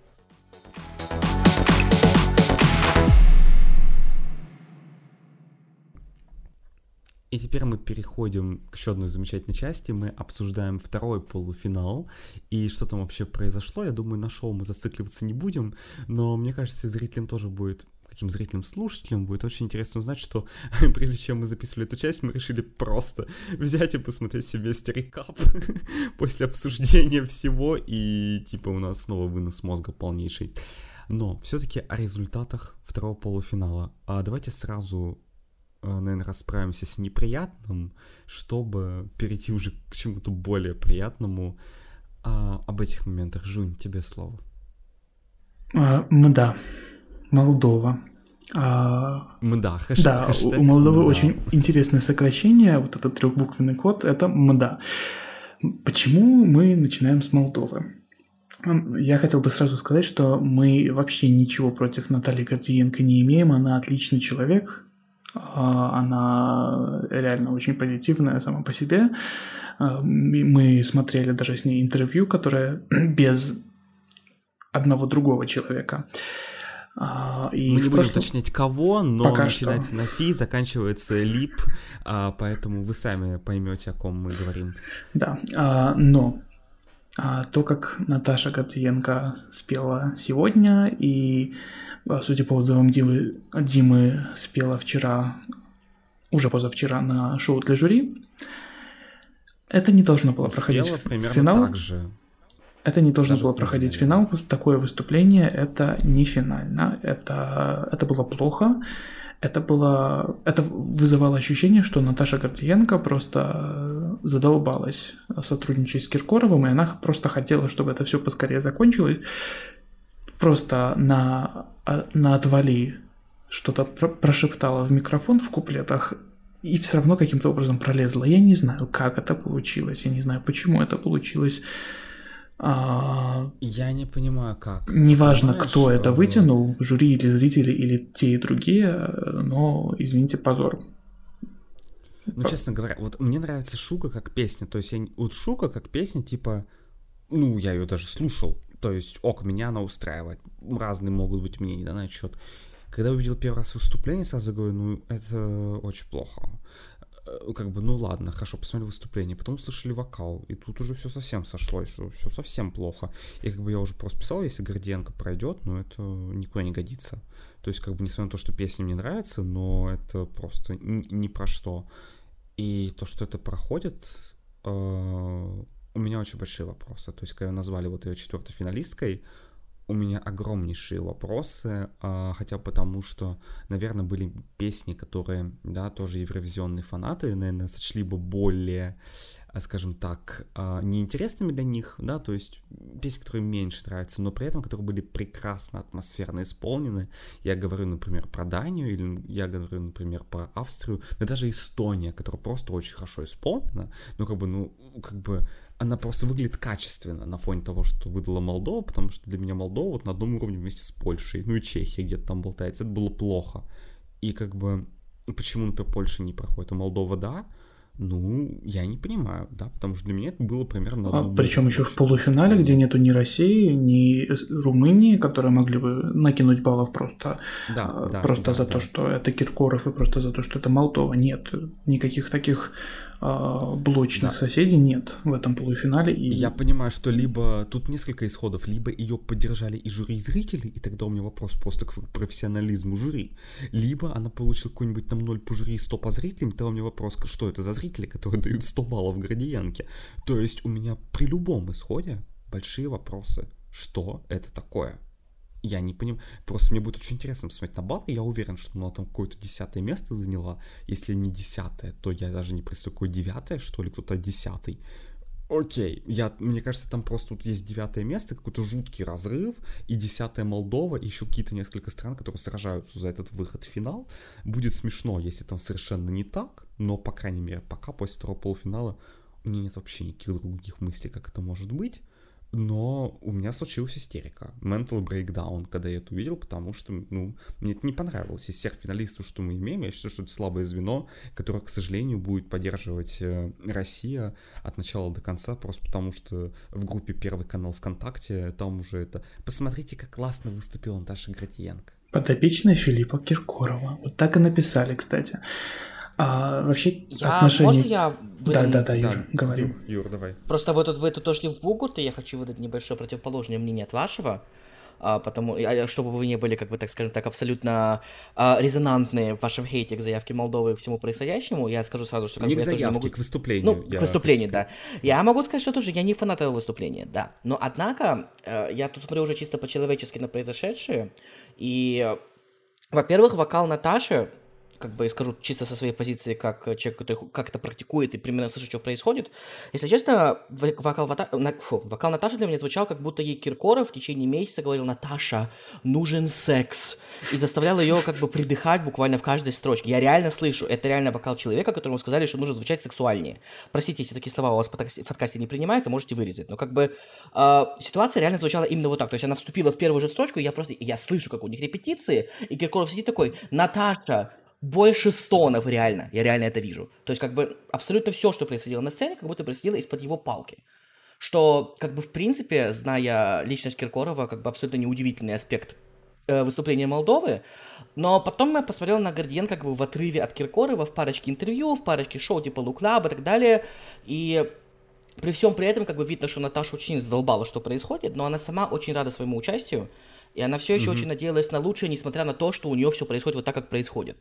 И теперь мы переходим к еще одной замечательной части. Мы обсуждаем второй полуфинал. И что там вообще произошло. Я думаю, на шоу мы зацикливаться не будем. Но мне кажется, зрителям тоже будет, каким зрителям, слушателям будет очень интересно узнать, что прежде чем мы записывали эту часть, мы решили просто взять и посмотреть себе весь рекап после обсуждения всего. И типа у нас снова вынос мозга полнейший. Но все-таки о результатах второго полуфинала. А давайте сразу... наверное, расправимся с неприятным, чтобы перейти уже к чему-то более приятному. А, об этих моментах. Жунь, тебе слово. А, мда. Молдова. А, мда. Хэштег, да, хэштег у Молдовы мда. очень интересное сокращение. Вот этот трехбуквенный код — это мда. Почему мы начинаем с Молдовы? Я хотел бы сразу сказать, что мы вообще ничего против Натальи Гордиенко не имеем. Она отличный человек. Она реально очень позитивная сама по себе. Мы смотрели даже с ней интервью, которое без одного другого человека. И мы не будем прошлом... уточнять кого, но Пока начинается что. на фи, заканчивается лип, поэтому вы сами поймете, о ком мы говорим. Да, но А то, как Наташа Гордиенко спела сегодня, и, судя по отзывам Димы, Димы спела вчера, уже позавчера на шоу для жюри, это не должно было проходить финал. Так же. Это не должно Даже было проходить наверное. Финал. Такое выступление — это не финально. Это, это было плохо. Это было... Это вызывало ощущение, что Наташа Гордиенко просто задолбалась сотрудничать с Киркоровым, и она просто хотела, чтобы это все поскорее закончилось. Просто на, на отвали что-то прошептала в микрофон в куплетах, и все равно каким-то образом пролезла. Я не знаю, как это получилось, я не знаю, почему это получилось. А... Я не понимаю, как. Неважно, Понимаешь, кто это вытянул, жюри или зрители, или те и другие, но, извините, позор. Ну, честно говоря, вот мне нравится Шуга как песня, то есть я... вот Шуга как песня, типа, ну, я ее даже слушал, то есть, ок, меня она устраивает, разные могут быть мнения, да, на счет. Когда увидел первый раз выступление, сразу говорю, ну, это очень плохо. Как бы, ну ладно, хорошо, посмотрели выступление, потом услышали вокал, и тут уже все совсем сошлось, что все совсем плохо. И как бы я уже просто писал, если Гордиенко пройдет, ну это никуда не годится. То есть, как бы, несмотря на то, что песня мне нравится, но это просто ни, ни про что. И то, что это проходит, э, у меня очень большие вопросы. То есть, когда назвали вот ее четвертой финалисткой, у меня огромнейшие вопросы, а, хотя потому что, наверное, были песни, которые, да, тоже евровизионные фанаты, наверное, сочли бы более, скажем так, а, неинтересными для них, да, то есть песни, которые меньше нравятся, но при этом, которые были прекрасно атмосферно исполнены. Я говорю, например, про Данию, или я говорю, например, про Австрию, да даже Эстония, которая просто очень хорошо исполнена, ну, как бы, ну, как бы, она просто выглядит качественно на фоне того, что выдала Молдова, потому что для меня Молдова вот на одном уровне вместе с Польшей, ну и Чехия где-то там болтается, это было плохо. И как бы, почему, например, Польша не проходит, а Молдова да, ну, я не понимаю, да, потому что для меня это было примерно... А, причем еще в полуфинале, где нету ни России, ни Румынии, которые могли бы накинуть баллов просто, да, да, просто да, за да. то, что это Киркоров, и просто за то, что это Молдова. Нет, никаких таких блочных да. соседей нет в этом полуфинале. И... Я понимаю, что либо тут несколько исходов, либо ее поддержали и жюри, и зрители, и тогда у меня вопрос просто к профессионализму жюри, либо она получила какой-нибудь там ноль по жюри и сто по зрителям, тогда у меня вопрос, что это за зрители, которые дают сто баллов в Гордиенке. То есть у меня при любом исходе большие вопросы, что это такое. Я не понимаю, просто мне будет очень интересно посмотреть на баллы, я уверен, что она там какое-то десятое место заняла, если не десятое, то я даже не представляю, какое девятое, что ли, кто-то десятый. Окей, я, мне кажется, там просто тут есть девятое место, какой-то жуткий разрыв, и десятая Молдова, и еще какие-то несколько стран, которые сражаются за этот выход в финал. Будет смешно, если там совершенно не так, но, по крайней мере, пока после второго полуфинала у меня нет вообще никаких других мыслей, как это может быть. Но у меня случилась истерика, mental breakdown, когда я это увидел, потому что, ну, мне это не понравилось. Из всех финалистов, что мы имеем, я считаю, что это слабое звено, которое, к сожалению, будет поддерживать э, Россия от начала до конца, просто потому что в группе Первый канал ВКонтакте там уже это... Посмотрите, как классно выступила Наташа Гордиенко. Подопечная Филиппа Киркорова. Вот так и написали, кстати. А вообще я, отношения... Можно я выдам... Да, да, да, Юр, да, говори. Юр, Юр, давай. Просто вы тут, вы тут ушли в бугурт, и я хочу выдать небольшое противоположное мнение от вашего, а, потому, а, чтобы вы не были, как бы, так скажем так, абсолютно а, резонантные в вашем хейте к заявке Молдовы и к всему происходящему. Я скажу сразу, что... Как не бы, к заявке, я тоже не могу... к выступлению. Ну, к выступлению, да. Я могу сказать, что тоже я не фанат этого выступления, да. Но, однако, я тут смотрю уже чисто по-человечески на произошедшее, и, во-первых, вокал Наташи, как бы я скажу чисто со своей позиции, как человек, который как это практикует и примерно слышит, что происходит. Если честно, вокал, фу, вокал Наташи для меня звучал, как будто ей Киркоров в течение месяца говорил: «Наташа, нужен секс», и заставлял ее как бы придыхать буквально в каждой строчке. Я реально слышу, это реально вокал человека, которому сказали, что нужно звучать сексуальнее. Простите, если такие слова у вас в подкасте не принимаются, можете вырезать. Но как бы э, ситуация реально звучала именно вот так. То есть она вступила в первую же строчку, и я просто, я слышу, как у них репетиции, и Киркоров сидит такой: «Наташа, больше стонов», реально, я реально это вижу. То есть, как бы, абсолютно все, что происходило на сцене, как будто происходило из-под его палки. Что, как бы, в принципе, зная личность Киркорова, как бы, абсолютно неудивительный аспект э, выступления Молдовы. Но потом я посмотрел на Гордиенко, как бы, в отрыве от Киркорова, в парочке интервью, в парочке шоу, типа Лук Лаб и так далее. И при всем при этом, как бы видно, что Наташа очень задолбала, что происходит, но она сама очень рада своему участию, и она все еще mm-hmm. очень надеялась на лучшее, несмотря на то, что у нее все происходит вот так, как происходит.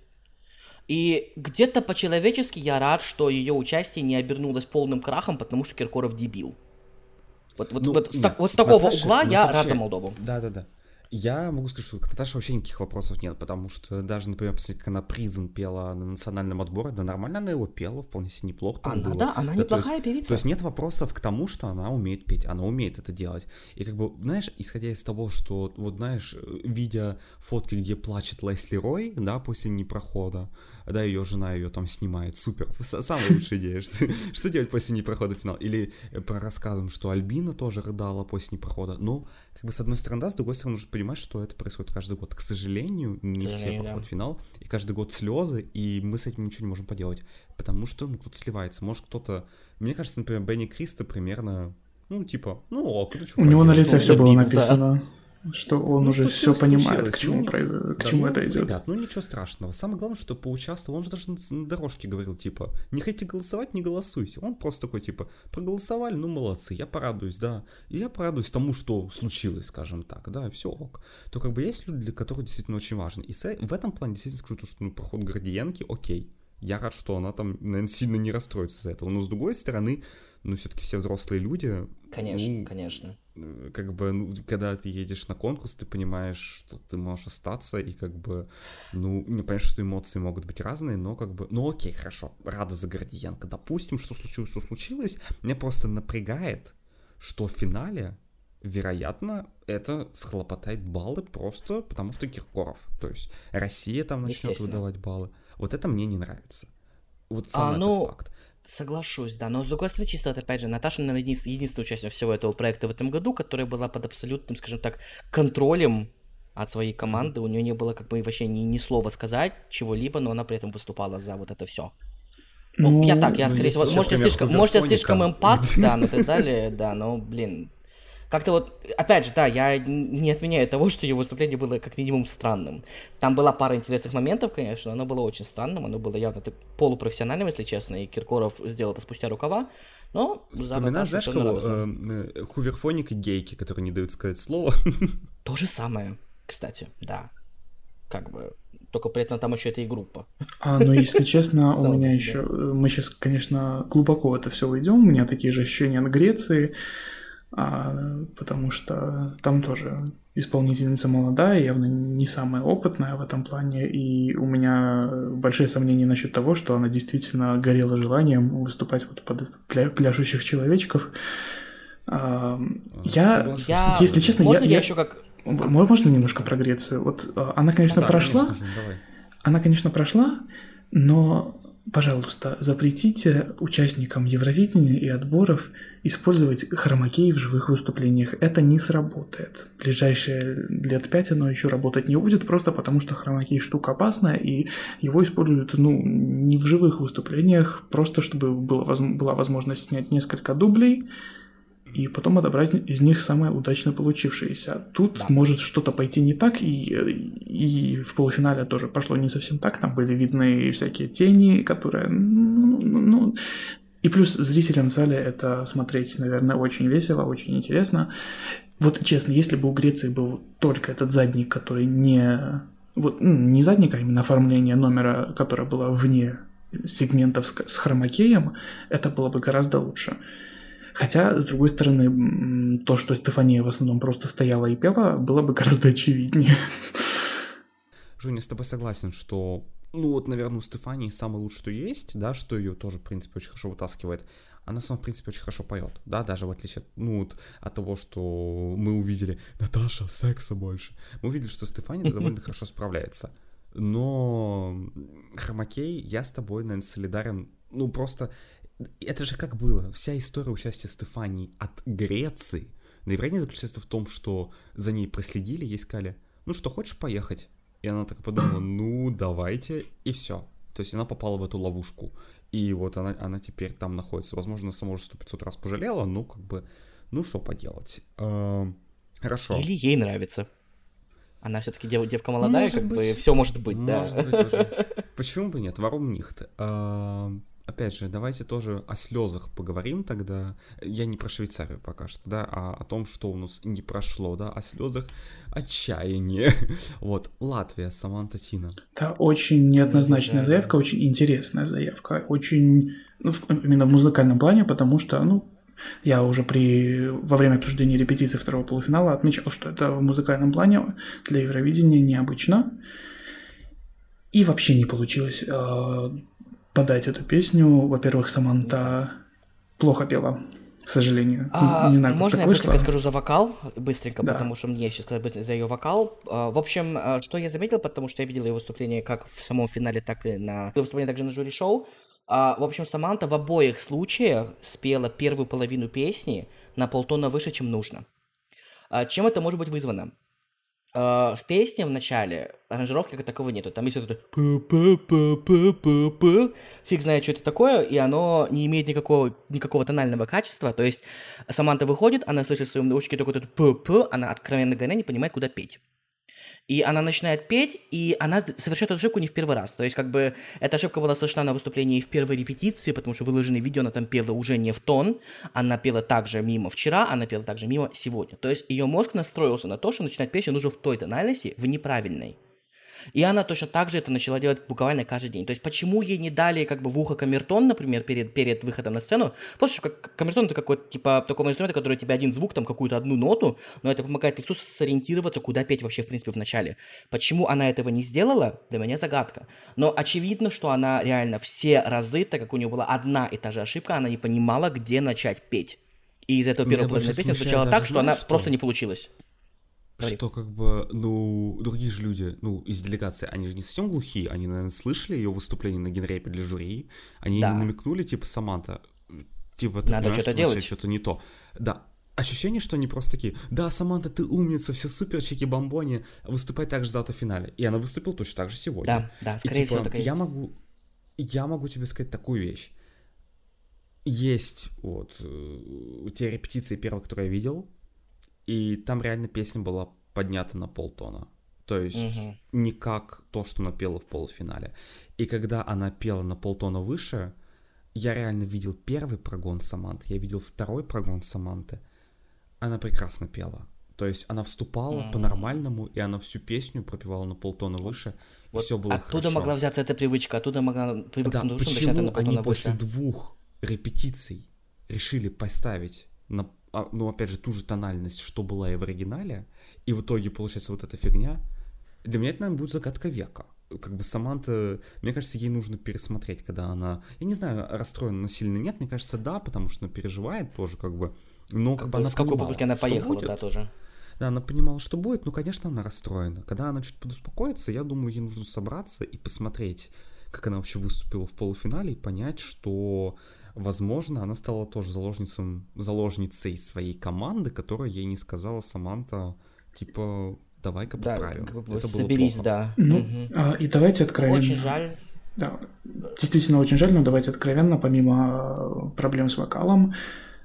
И где-то по-человечески я рад, что ее участие не обернулось полным крахом, потому что Киркоров дебил. Вот, вот, ну, вот, нет, с, вот с такого Наташа, угла я вообще... рад за Молдову. Да-да-да. Я могу сказать, что к Наташе вообще никаких вопросов нет, потому что даже, например, после как она Призм пела на национальном отборе, да нормально она его пела, вполне себе неплохо там она, было. Да, она да, неплохая то есть, певица. То есть нет вопросов к тому, что она умеет петь, она умеет это делать. И как бы, знаешь, исходя из того, что, вот знаешь, видя фотки, где плачет Лесли Рой, да, после непрохода, да, ее жена ее там снимает, супер, самая лучшая идея, что, что делать после непрохода финала, или по рассказам, что Альбина тоже рыдала после непрохода, ну, как бы с одной стороны, да, с другой стороны, нужно понимать, что это происходит каждый год, к сожалению, не все проходят финал, и каждый год слезы, и мы с этим ничего не можем поделать, потому что, ну, кто-то сливается, может кто-то, мне кажется, например, Бенни Кристо примерно, ну, типа, ну, ок, ну, что у него на лице все было написано. Да. Что он ну, уже все понимает, к чему, ну, произ... к да, чему ну, это идет. Ребят, ну ничего страшного. Самое главное, что поучаствовал. Он же даже на дорожке говорил, типа, не хотите голосовать, не голосуйте. Он просто такой, типа, проголосовали, ну молодцы, я порадуюсь, да. И я порадуюсь тому, что случилось, скажем так, да, все ок. То как бы есть люди, для которых действительно очень важно. И в этом плане действительно скажу, что ну, проход Гордиенки, окей. Я рад, что она там, наверное, сильно не расстроится из-за этого. Но с другой стороны, ну, все-таки все взрослые люди. Конечно, ну, конечно. Как бы, ну, когда ты едешь на конкурс, ты понимаешь, что ты можешь остаться, и как бы, ну, не понимаешь, что эмоции могут быть разные, но как бы, ну, окей, хорошо, рада за Гордиенко. Допустим, что случилось, что случилось. Меня просто напрягает, что в финале, вероятно, это схлопотает баллы просто потому, что Киркоров. То есть Россия там начнет выдавать баллы. Вот это мне не нравится. Вот сам а, этот ну, факт. Соглашусь, да, но с другой стороны, чисто, вот, опять же, Наташа, наверное, единственная участница всего этого проекта в этом году, которая была под абсолютным, скажем так, контролем от своей команды, у нее не было как бы вообще ни, ни слова сказать, чего-либо, но она при этом выступала за вот это все. Ну, ну, я так, я, ну, скорее всего, может, я слишком, может, я слишком эмпат, да, ну и так далее, да, но, блин, как-то вот, опять же, да, я не отменяю того, что ее выступление было как минимум странным. Там была пара интересных моментов, конечно, но оно было очень странным, оно было явно полупрофессиональным, если честно, и Киркоров сделал это спустя рукава, но... Вспоминаешь, знаешь, кого? Э, Хуверфоник и Гейки, которые не дают сказать слово. То же самое, кстати, да. Как бы... Только при этом там еще это и группа. А, ну, если честно, у меня еще... Мы сейчас, конечно, глубоко в это все уйдем. У меня такие же ощущения от Греции, а, потому что там тоже исполнительница молодая, явно не самая опытная в этом плане, и у меня большие сомнения насчет того, что она действительно горела желанием выступать вот под пля- пляшущих человечков. А, я, я, если честно, можно я, я я еще как... Можно немножко про Грецию? Вот она, конечно, ну, да, прошла. Конечно же, давай. Она, конечно, прошла, но, пожалуйста, запретите участникам Евровидения и отборов использовать хромакей в живых выступлениях. Это не сработает. В ближайшие лет пять оно еще работать не будет, просто потому что хромакей штука опасная, и его используют, ну, не в живых выступлениях, просто чтобы было, была возможность снять несколько дублей, и потом отобрать из них самое удачно получившееся. Тут да. может что-то пойти не так, и, и в полуфинале тоже пошло не совсем так, там были видны всякие тени, которые... Ну, ну, и плюс зрителям в зале это смотреть, наверное, очень весело, очень интересно. Вот честно, если бы у Греции был только этот задник, который не... Вот, не задник, а именно оформление номера, которое было вне сегментов с, с хромакеем, это было бы гораздо лучше. Хотя, с другой стороны, то, что Стефания в основном просто стояла и пела, было бы гораздо очевиднее. Жень, я с тобой согласен, что, ну вот, наверное, у Стефании самое лучшее, что есть, да, что ее тоже, в принципе, очень хорошо вытаскивает. Она сама, в принципе, очень хорошо поет, да, даже в отличие от, ну, вот, от того, что мы увидели Наташа, секса больше. Мы увидели, что Стефания довольно хорошо справляется. Но хромакей, я с тобой, наверное, солидарен, ну, просто... Это же как было. Вся история участия Стефании от Греции наверное заключается в том, что за ней проследили, ей сказали, ну что, хочешь поехать? И она так подумала, ну давайте, и все. То есть она попала в эту ловушку. И вот она, она теперь там находится. Возможно, она сама уже сто пятьсот раз пожалела, но как бы, ну что поделать. А, хорошо. Или ей нравится. Она все-таки дев, девка молодая, может как быть, бы все может быть, может да. Быть тоже. Почему бы нет? Warum nicht? А, опять же, давайте тоже о слезах поговорим тогда. Я не про Швейцарию пока что, да, а о том, что у нас не прошло, да, о слезах отчаяния. Вот, Латвия, Саманта Тина. Это очень неоднозначная заявка, очень интересная заявка, очень, ну, именно в музыкальном плане, потому что, ну, я уже при, во время обсуждения репетиции второго полуфинала отмечал, что это в музыкальном плане для Евровидения необычно. И вообще не получилось э, подать эту песню. Во-первых, Саманта плохо пела, к сожалению. А, не знаю, можно как я быстренько вышло. скажу за вокал? Быстренько, Да. потому что мне еще сказать быстренько за ее вокал. А, в общем, а, что я заметил, потому что я видел ее выступление как в самом финале, так и на выступление также на жюри-шоу. А, в общем, Саманта в обоих случаях спела первую половину песни на полтона выше, чем нужно. А, чем это может быть вызвано? Uh, в песне в начале аранжировки как таковой нету. Там есть вот это п-п-п-п-п-п. Фиг знает, что это такое, и оно не имеет никакого, никакого тонального качества. То есть Саманта выходит, она слышит в своем наушнике только вот это п-п, она, откровенно говоря, не понимает, куда петь. И она начинает петь, и она совершает эту ошибку не в первый раз. То есть, как бы, эта ошибка была слышна на выступлении в первой репетиции, потому что выложенное видео она там пела уже не в тон, она пела также мимо вчера, она пела также мимо сегодня. То есть, ее мозг настроился на то, что начинать песню нужно в той тональности, в неправильной. И она точно так же это начала делать буквально каждый день. То есть, почему ей не дали как бы в ухо камертон, например, перед, перед выходом на сцену? Потому что как, камертон — это какой-то типа такого инструмента, который у тебя один звук, там какую-то одну ноту, но это помогает певцу сориентироваться, куда петь вообще, в принципе, в начале. Почему она этого не сделала, для меня загадка. Но очевидно, что она реально все разы, так как у нее была одна и та же ошибка, она не понимала, где начать петь. И из этого первой половины песни звучало так, что она что? просто не получилась. Что как бы, ну, другие же люди, ну, из делегации, они же не совсем глухие, они, наверное, слышали ее выступление на генрепе для жюри, они да. не намекнули, типа, Саманта, типа, ты надо что-то делать, что-то не то. Да, ощущение, что они просто такие, да, Саманта, ты умница, все супер, чики-бомбони, выступай также завтра в финале. И она выступила точно так же сегодня. Да, да, скорее и, типа, всего, так и есть. Я могу, я могу тебе сказать такую вещь. Есть вот те репетиции первые, которые я видел, и там реально песня была поднята на полтона. То есть угу. не как то, что она пела в полуфинале. И когда она пела на полтона выше, я реально видел первый прогон Саманты, я видел второй прогон Саманты. Она прекрасно пела. То есть она вступала угу. по-нормальному, и она всю песню пропевала на полтона выше, вот и все было оттуда хорошо. Могла взяться эта привычка, оттуда могла привыкнуть да, к тому, почему что на они выше. После двух репетиций решили поставить на, ну, опять же, ту же тональность, что была и в оригинале, и в итоге получается вот эта фигня. Для меня это, наверное, будет загадка века. Как бы Саманта, мне кажется, ей нужно пересмотреть, когда она, я не знаю, расстроена сильно нет, мне кажется, да, потому что она переживает тоже, как бы, но как, как бы она с какой понимала, попытки она поехала, будет. Да, тоже. Да, она понимала, что будет, но, конечно, она расстроена. Когда она чуть подуспокоится, я думаю, ей нужно собраться и посмотреть, как она вообще выступила в полуфинале, и понять, что, возможно, она стала тоже заложницей, заложницей своей команды, которая ей не сказала Саманта, типа, давай-ка да, поправим. Как бы это соберись, было да. Ну, угу. а, и давайте откровенно. Очень жаль. Да, действительно очень жаль, но давайте откровенно, помимо проблем с вокалом,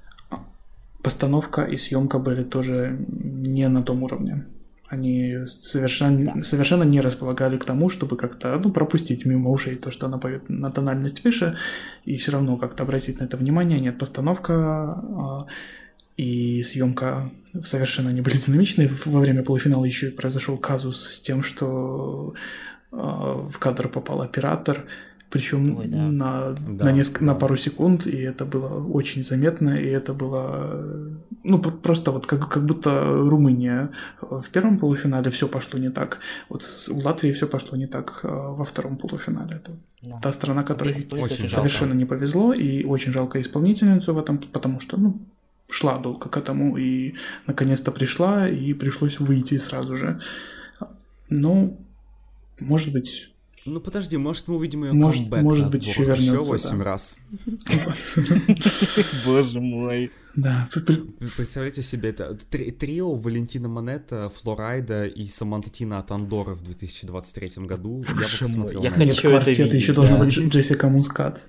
постановка и съемка были тоже не на том уровне. Они совершенно, да. совершенно не располагали к тому, чтобы как-то ну, пропустить мимо ушей то, что она поет на тональность выше, и все равно как-то обратить на это внимание. Нет, постановка а, и съемка совершенно не были динамичны. Во время полуфинала еще и произошел казус с тем, что а, в кадр попал оператор, причем Ой, да. на, да, на, неск- да. на пару секунд, и это было очень заметно, и это было, ну, просто вот как, как будто Румыния в первом полуфинале все пошло не так, вот у Латвии все пошло не так во втором полуфинале. Это да. та страна, которой очень совершенно жалко. не повезло, и очень жалко исполнительницу в этом, потому что, ну, шла долго к этому, и наконец-то пришла, и пришлось выйти сразу же. Ну, может быть... Ну подожди, может мы увидим ее может, камбэк может на быть, еще вернется, восемь да. раз. Боже мой. Да. Представляете себе, это трио Валентина Монетта, Флорайда и Саманта Тина от Андоры в две тысячи двадцать третьем году. Я бы посмотрел я на хочу Нет, это квартет видеть, еще да. должна быть Джессика Мускат.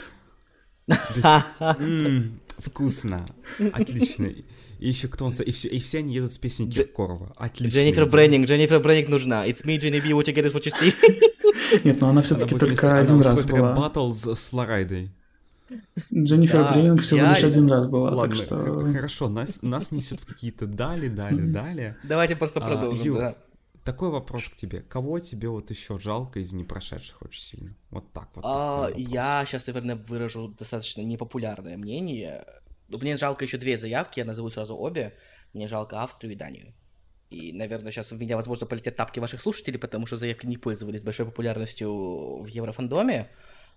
Вкусно. Отлично. И еще кто он... И все, и все они едут с песней Киркорова. Отлично. Дженнифер Бреннинг, Дженнифер Бреннинг нужна. It's me, Jenny B, what you get is what you see. Нет, но она все-таки только один раз была. Баттл с Флорайдой. Дженнифер Да, Брейнинг всего лишь идеально. один раз была, Ладно, так что... х- хорошо, нас, нас несет в какие-то дали, дали, дали. Давайте просто А, продолжим, Юр, да. такой вопрос к тебе. Кого тебе вот еще жалко из непрошедших очень сильно? Вот так вот А, поставим вопрос. я сейчас, наверное, выражу достаточно непопулярное мнение. Мне жалко еще две заявки, я назову сразу обе. Мне жалко Австрию и Данию. И, наверное, сейчас в меня, возможно, полетят тапки ваших слушателей, потому что заявки не пользовались большой популярностью в Еврофандоме.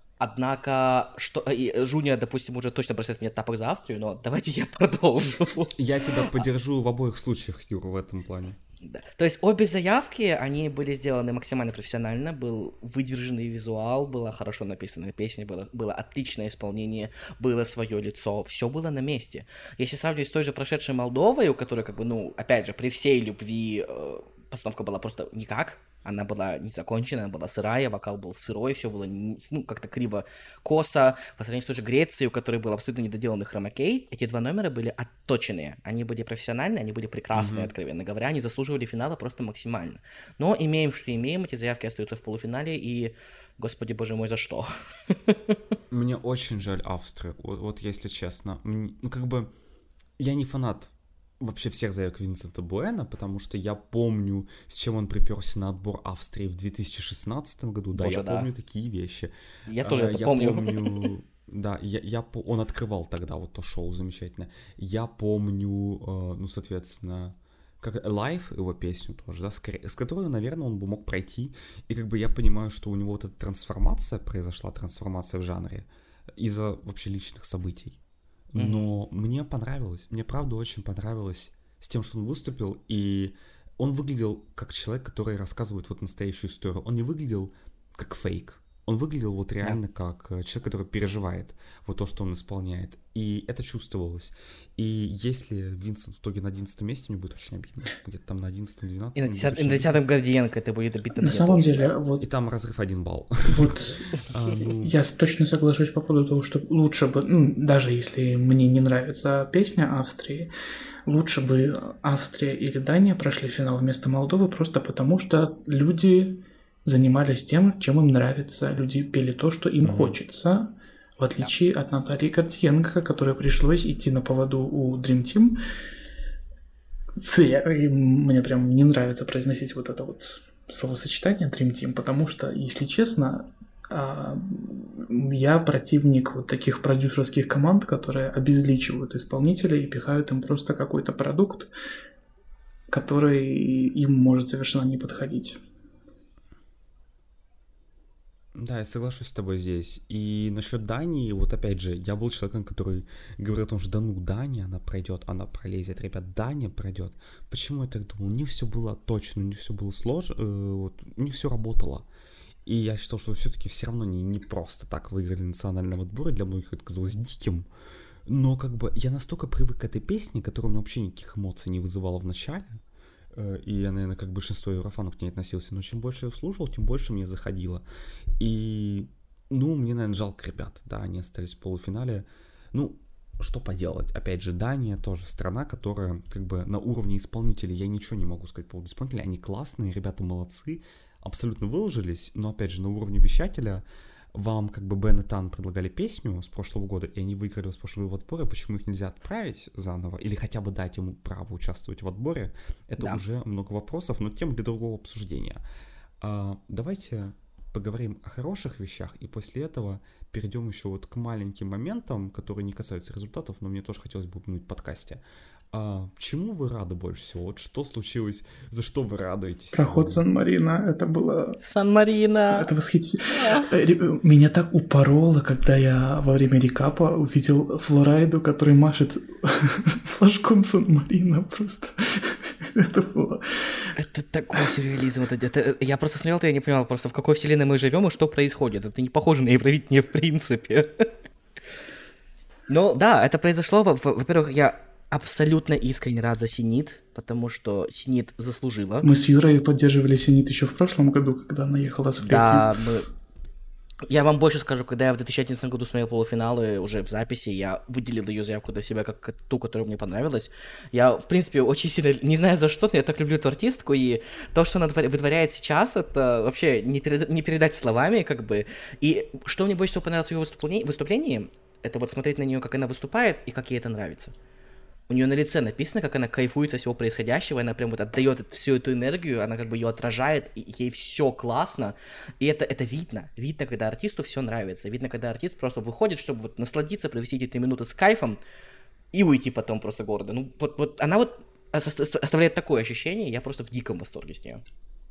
Однако, что и Жуния, допустим, уже точно бросает мне тапок за Австрию, но давайте я продолжу. Я тебя поддержу в обоих случаях, Юр, в этом плане. Да. То есть обе заявки, они были сделаны максимально профессионально, был выдержанный визуал, была хорошо написанная песня, было, было отличное исполнение, было свое лицо, все было на месте. Если сравнивать с той же прошедшей Молдовой, у которой, как бы, ну, опять же, при всей любви э, постановка была просто никак, она была не закончена, она была сырая, вокал был сырой, все было, не- ну, как-то криво, косо. По сравнению с той же Грецией, у которой был абсолютно недоделанный хромакей, эти два номера были отточенные. Они были профессиональные, они были прекрасные, Мгм. откровенно говоря, они заслуживали финала просто максимально. Но имеем, что имеем, эти заявки остаются в полуфинале, и, господи боже мой, за что? Мне очень жаль Австрию, вот, вот если честно. М, Ну, как бы, я не фанат вообще всех заявок Винсента Буэна, потому что я помню, с чем он приперся на отбор Австрии в две тысячи шестнадцатом году. Да, Боже, я да. помню такие вещи. Я тоже А, это я помню. помню, да, я, я, по- он открывал тогда вот то шоу замечательное. Я помню, э, ну, соответственно, как Live, его песню тоже, да, с, ко- с которой, наверное, он бы мог пройти. И как бы я понимаю, что у него вот эта трансформация произошла, трансформация в жанре из-за вообще личных событий. Но мне понравилось, мне правда очень понравилось с тем, что он выступил, и он выглядел как человек, который рассказывает вот настоящую историю. Он не выглядел как фейк. Он выглядел вот реально как э, человек, который переживает вот то, что он исполняет. И это чувствовалось. И если Винсент в итоге на одиннадцатом месте, мне будет очень обидно. Где-то там на одиннадцатом, И двенадцатом. на мне будет десятом, и очень на обидно. десятом Гордиенко это будет обидно. На мне самом тоже. деле, вот, И там разрыв один балл. вот А, ну, я с- точно соглашусь по поводу того, что лучше бы, ну, даже если мне не нравится песня Австрии, лучше бы Австрия или Дания прошли финал вместо Молдовы, просто потому что люди занимались тем, чем им нравится. Люди пели то, что им хочется, в отличие от Натальи Гордиенко, которой пришлось идти на поводу у Dream Team. Фу, я- и мне прям не нравится произносить вот это вот словосочетание Dream Team, потому что, если честно, а, я противник вот таких продюсерских команд, которые обезличивают исполнителей и пихают им просто какой-то продукт, который им может совершенно не подходить. Да, я соглашусь с тобой здесь. И насчет Дании, вот опять же, я был человеком, который говорил о том, что да ну, Дания, она пройдет, она пролезет. Ребят, Дания пройдет. Почему я так думал? Не все было точно, не все было сложно, э, вот, не все работало. И я считал, что все-таки все равно не, не просто так выиграли в национальном отборе, для многих это казалось диким. Но как бы я настолько привык к этой песне, которая у меня вообще никаких эмоций не вызывала в начале, э, и я, наверное, как большинство еврофанов к ней относился, но чем больше я слушал, тем больше мне заходило. И, ну, мне, наверное, жалко ребят, да, они остались в полуфинале. Ну, что поделать, опять же, Дания тоже страна, которая как бы на уровне исполнителей, я ничего не могу сказать по поводу исполнителей, они классные, ребята молодцы, абсолютно выложились, но, опять же, на уровне вещателя вам как бы Бен и Тан предлагали песню с прошлого года, и они выиграли с прошлого года в отборе, почему их нельзя отправить заново, или хотя бы дать ему право участвовать в отборе, это Да. уже много вопросов, но тем для другого обсуждения. А, давайте поговорим о хороших вещах, и после этого перейдем еще вот к маленьким моментам, которые не касаются результатов, но мне тоже хотелось бы упомянуть в подкасте. А, чему вы рады больше всего? Вот что случилось, за что вы радуетесь? Проход сегодня? Сан-Марино, это было... Сан-Марино! Это восхитительно. Э, ре- Меня так упороло, когда я во время рекапа увидел Флорайду, который машет флажком Сан-Марино. Просто это было... Это такой сюрреализм. Это, это- я просто смотрел, я не понимал, просто в какой вселенной мы живем и что происходит. Это не похоже на Евровидение в принципе. Ну да, это произошло. во- во- Во-первых, я абсолютно искренне рад за Синит, потому что Синит заслужила. Мы с Юрой поддерживали Синит еще в прошлом году, когда она ехала с Да, мы... Я вам больше скажу, когда я в две тысячи одиннадцатом году смотрел полуфиналы уже в записи, я выделил ее заявку для себя как ту, которая мне понравилась. Я, в принципе, очень сильно, не знаю за что, но я так люблю эту артистку, и то, что она твор- вытворяет сейчас, это вообще не, переда- не передать словами, как бы. И что мне больше всего понравилось в ее выступлении, выступлении Это вот смотреть на нее, как она выступает, и как ей это нравится. У нее на лице написано, как она кайфует от всего происходящего, она прям вот отдает всю эту энергию, она как бы ее отражает, и ей все классно, и это, это видно, видно, когда артисту все нравится, видно, когда артист просто выходит, чтобы вот насладиться, провести эти три минуты с кайфом и уйти потом просто гордо. Ну вот, вот она вот оставляет такое ощущение, я просто в диком восторге с нее.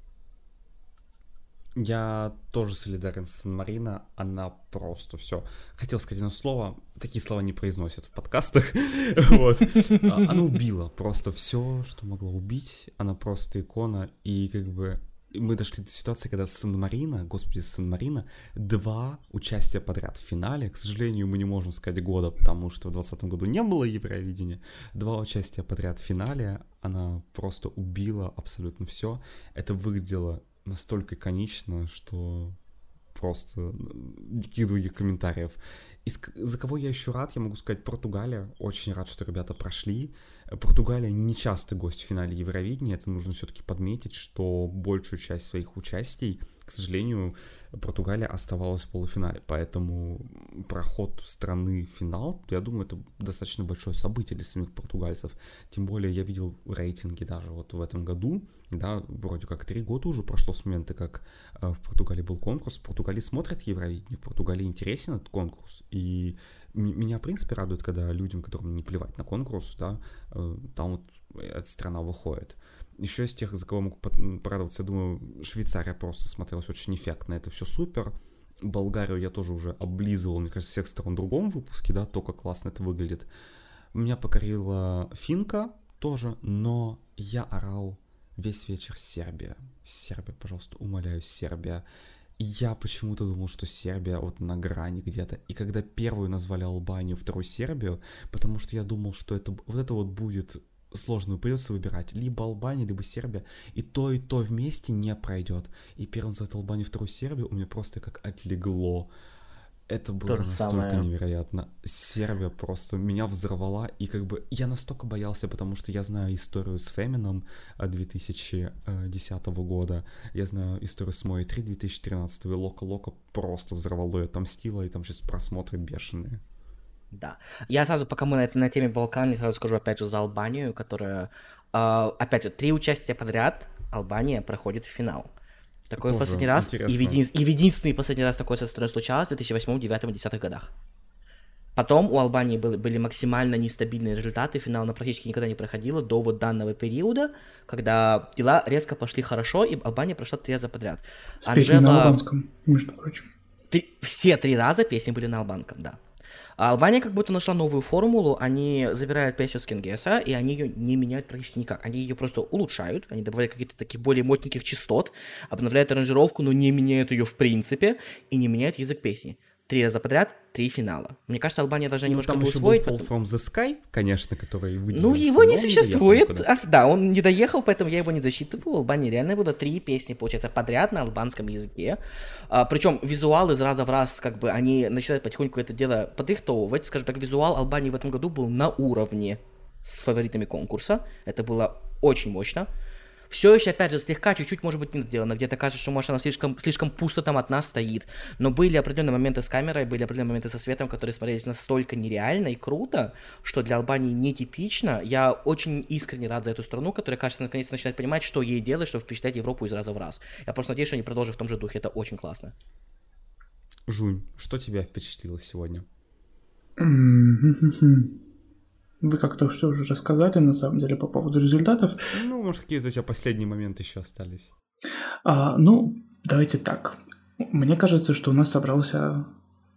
Я тоже солидарен с Сан-Марино, она просто все. Хотел сказать одно слово, такие слова не произносят в подкастах, вот. Она убила просто все, что могла убить, она просто икона, и как бы мы дошли до ситуации, когда Сан-Марино, господи, Сан-Марино, два участия подряд в финале, к сожалению, мы не можем сказать года, потому что в двадцатом году не было Евровидения, два участия подряд в финале, она просто убила абсолютно все, это выглядело настолько иконично, что просто никаких других комментариев. И за кого я еще рад, я могу сказать, Португалия. Очень рад, что ребята прошли. Португалия нечастый гость в финале Евровидения. Это нужно все-таки подметить, что большую часть своих участий, к сожалению, Португалия оставалась в полуфинале. Поэтому проход страны в финал, я думаю, это достаточно большое событие для самих португальцев. Тем более я видел рейтинги даже вот в этом году. Да, вроде как три года уже прошло с момента, как в Португалии был конкурс. В Португалии смотрят Евровидение, в Португалии интересен этот конкурс. И меня, в принципе, радует, когда людям, которым не плевать на конкурс, да, там вот эта страна выходит. Еще из тех, за кого могу порадоваться, я думаю, Швейцария просто смотрелась очень эффектно, это все супер. Болгарию я тоже уже облизывал, мне кажется, с всех сторон в другом выпуске, да, то, как классно это выглядит. Меня покорила финка тоже, но я орал весь вечер Сербия. Сербия, пожалуйста, умоляю, Сербия. Я почему-то думал, что Сербия вот на грани где-то. И когда первую назвали Албанию, вторую Сербию, потому что я думал, что это, вот это вот будет сложно, придется выбирать. Либо Албания, либо Сербия. И то, и то вместе не пройдет. И первым называют Албанию, вторую Сербию, у меня просто как отлегло. Это было настолько самое. Невероятно. Сербия просто меня взорвала, и как бы я настолько боялся, потому что я знаю историю с Фемином две тысячи десятого года, я знаю историю с Моей три две тысячи тринадцатого, и Лока-Лока просто взорвало и отомстила, и там сейчас просмотры бешеные. Да. Я сразу, пока мы на, на теме Балкан, сразу скажу опять же за Албанию, которая, э, опять же, три участия подряд Албания проходит в финал. Такое в последний раз, и в, един... и в единственный последний раз такое со стороны случалось в две тысячи восьмом, девятом и десятых годах. Потом у Албании были, были максимально нестабильные результаты, финал она практически никогда не проходила до вот данного периода, когда дела резко пошли хорошо, и Албания прошла три раза подряд. С песней Анжела... на албанском, между прочим. Ты... Все три раза песни были на албанском, да. А Албания как будто нашла новую формулу, они забирают песню с Кенгеса, и они ее не меняют практически никак. Они ее просто улучшают, они добавляют какие-то такие более мощненьких частот, обновляют аранжировку, но не меняют ее в принципе, и не меняют язык песни. Три раза подряд, три финала. Мне кажется, Албания должна немножко ну, там это усвоить. Там еще был Fall потом... from the Sky, конечно, который выделился. Ну, его не существует. А, да, он не доехал, поэтому я его не засчитываю. У Албании реально было три песни, получается, подряд на албанском языке. А, причем визуал из раза в раз, как бы, они начинают потихоньку это дело подрихтовывать. Скажем так, визуал Албании в этом году был на уровне с фаворитами конкурса. Это было очень мощно. Все еще, опять же, слегка, чуть-чуть, может быть, не сделано. Где-то кажется, что, может, она слишком, слишком пусто там от нас стоит. Но были определенные моменты с камерой, были определенные моменты со светом, которые смотрелись настолько нереально и круто, что для Албании нетипично. Я очень искренне рад за эту страну, которая, кажется, наконец-то начинает понимать, что ей делать, чтобы впечатлять Европу из раза в раз. Я просто надеюсь, что они продолжат в том же духе. Это очень классно. Жунь, что тебя впечатлило сегодня? Вы как-то все уже рассказали, на самом деле, по поводу результатов. Ну, может, какие-то у тебя последние моменты еще остались? А, ну, давайте так. Мне кажется, что у нас собрался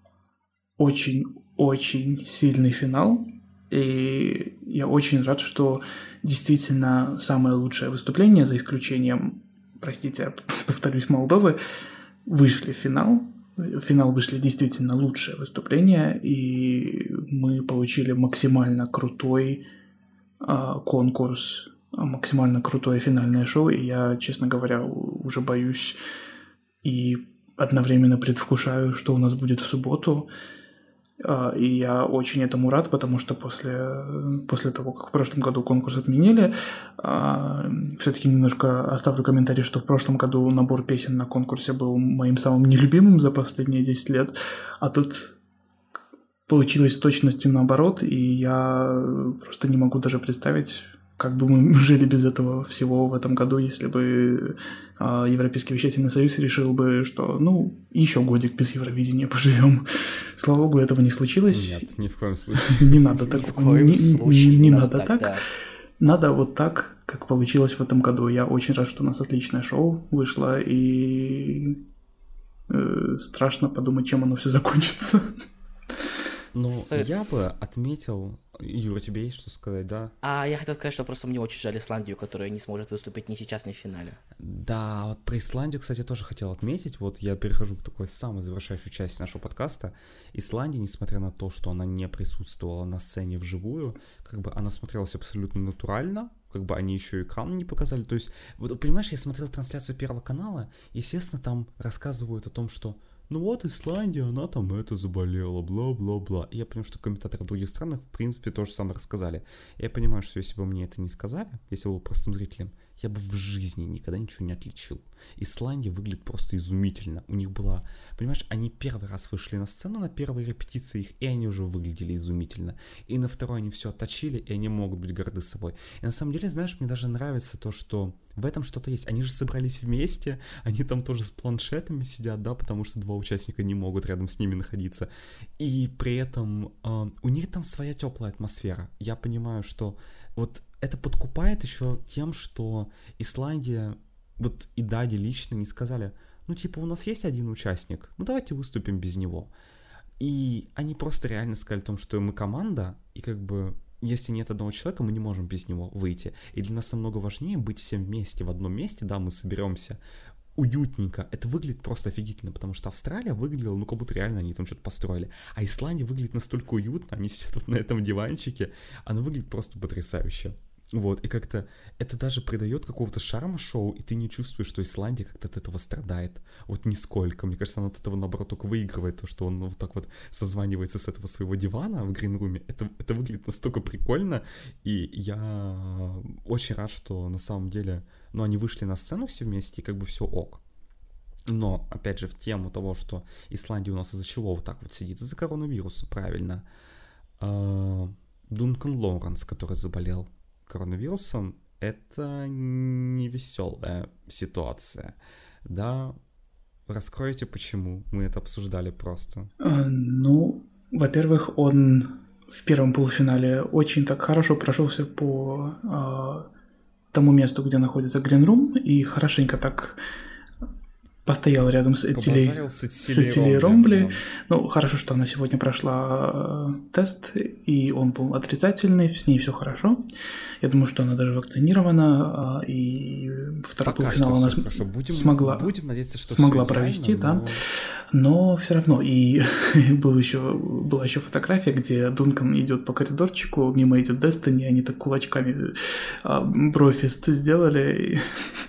очень-очень сильный финал. И я очень рад, что действительно самое лучшее выступление, за исключением, простите, повторюсь, Молдовы, вышли в финал. В финал вышли действительно лучшие выступления, и мы получили максимально крутой э, конкурс, максимально крутое финальное шоу, и я, честно говоря, уже боюсь и одновременно предвкушаю, что у нас будет в субботу. И я очень этому рад, потому что после, после того, как в прошлом году конкурс отменили, все-таки немножко оставлю комментарий, что в прошлом году набор песен на конкурсе был моим самым нелюбимым за последние десять лет, а тут получилось с точностью наоборот, и я просто не могу даже представить, как бы мы жили без этого всего в этом году, если бы э, Европейский вещательный союз решил бы, что, ну, еще годик без Евровидения поживем. Слава богу, этого не случилось. Нет, ни в коем случае. Не надо так. Ни в коем случае. Не надо так. Надо вот так, как получилось в этом году. Я очень рад, что у нас отличное шоу вышло, и э, страшно подумать, чем оно все закончится. Ну, я бы отметил... Юра, у тебя есть что сказать, да? А я хотел сказать, что просто мне очень жаль Исландию, которая не сможет выступить ни сейчас, ни в финале. Да, вот про Исландию, кстати, тоже хотел отметить. Вот я перехожу к такой самой завершающей части нашего подкаста. Исландия, несмотря на то, что она не присутствовала на сцене вживую, как бы она смотрелась абсолютно натурально, как бы они еще экран не показали. То есть, вот, понимаешь, я смотрел трансляцию Первого канала, естественно, там рассказывают о том, что ну вот Исландия, она там это заболела, бла-бла-бла. И я понимаю, что комментаторы в других странах, в принципе, то же самое рассказали. И я понимаю, что если бы мне это не сказали, если бы был простым зрителем, я бы в жизни никогда ничего не отличил. Исландия выглядит просто изумительно. У них была... Понимаешь, они первый раз вышли на сцену на первой репетиции их, и они уже выглядели изумительно. И на второй они все отточили, и они могут быть горды собой. И на самом деле, знаешь, мне даже нравится то, что в этом что-то есть. Они же собрались вместе, они там тоже с планшетами сидят, да, потому что два участника не могут рядом с ними находиться. И при этом э, у них там своя теплая атмосфера. Я понимаю, что вот это подкупает еще тем, что Исландия, вот и Дади лично не сказали, ну типа у нас есть один участник, ну давайте выступим без него. И они просто реально сказали о том, что мы команда, и как бы если нет одного человека, мы не можем без него выйти. И для нас намного важнее быть всем вместе в одном месте, да, мы соберемся уютненько. Это выглядит просто офигительно, потому что Австралия выглядела, ну, как будто реально они там что-то построили. А Исландия выглядит настолько уютно, они сидят вот на этом диванчике, она выглядит просто потрясающе. Вот, и как-то это даже придает какого-то шарма шоу, и ты не чувствуешь, что Исландия как-то от этого страдает. Вот нисколько. Мне кажется, она от этого, наоборот, только выигрывает, то, что он вот так вот созванивается с этого своего дивана в гринруме. Это, это выглядит настолько прикольно, и я очень рад, что на самом деле, ну, они вышли на сцену все вместе, и как бы все ок. Но, опять же, в тему того, что Исландия у нас из-за чего вот так вот сидит, из-за коронавируса, правильно. Дункан Лоуренс, который заболел коронавирусом, это не веселая ситуация, да? Раскройте, почему? Мы это обсуждали просто. А, ну, во-первых, он в первом полуфинале очень так хорошо прошелся по а, тому месту, где находится Гринрум, и хорошенько так постоял рядом с Эцилией, с Эцилией Ромбли. Да. Ну, хорошо, что она сегодня прошла э, тест, и он был отрицательный, с ней все хорошо. Я думаю, что она даже вакцинирована, э, и второй полуфинал она см- будем, смогла, будем надеяться, что смогла провести, идеально, да. Но... но все равно. И был еще, была еще фотография, где Дункан идет по коридорчику, мимо идет Дестини, они так кулачками э, брофист сделали.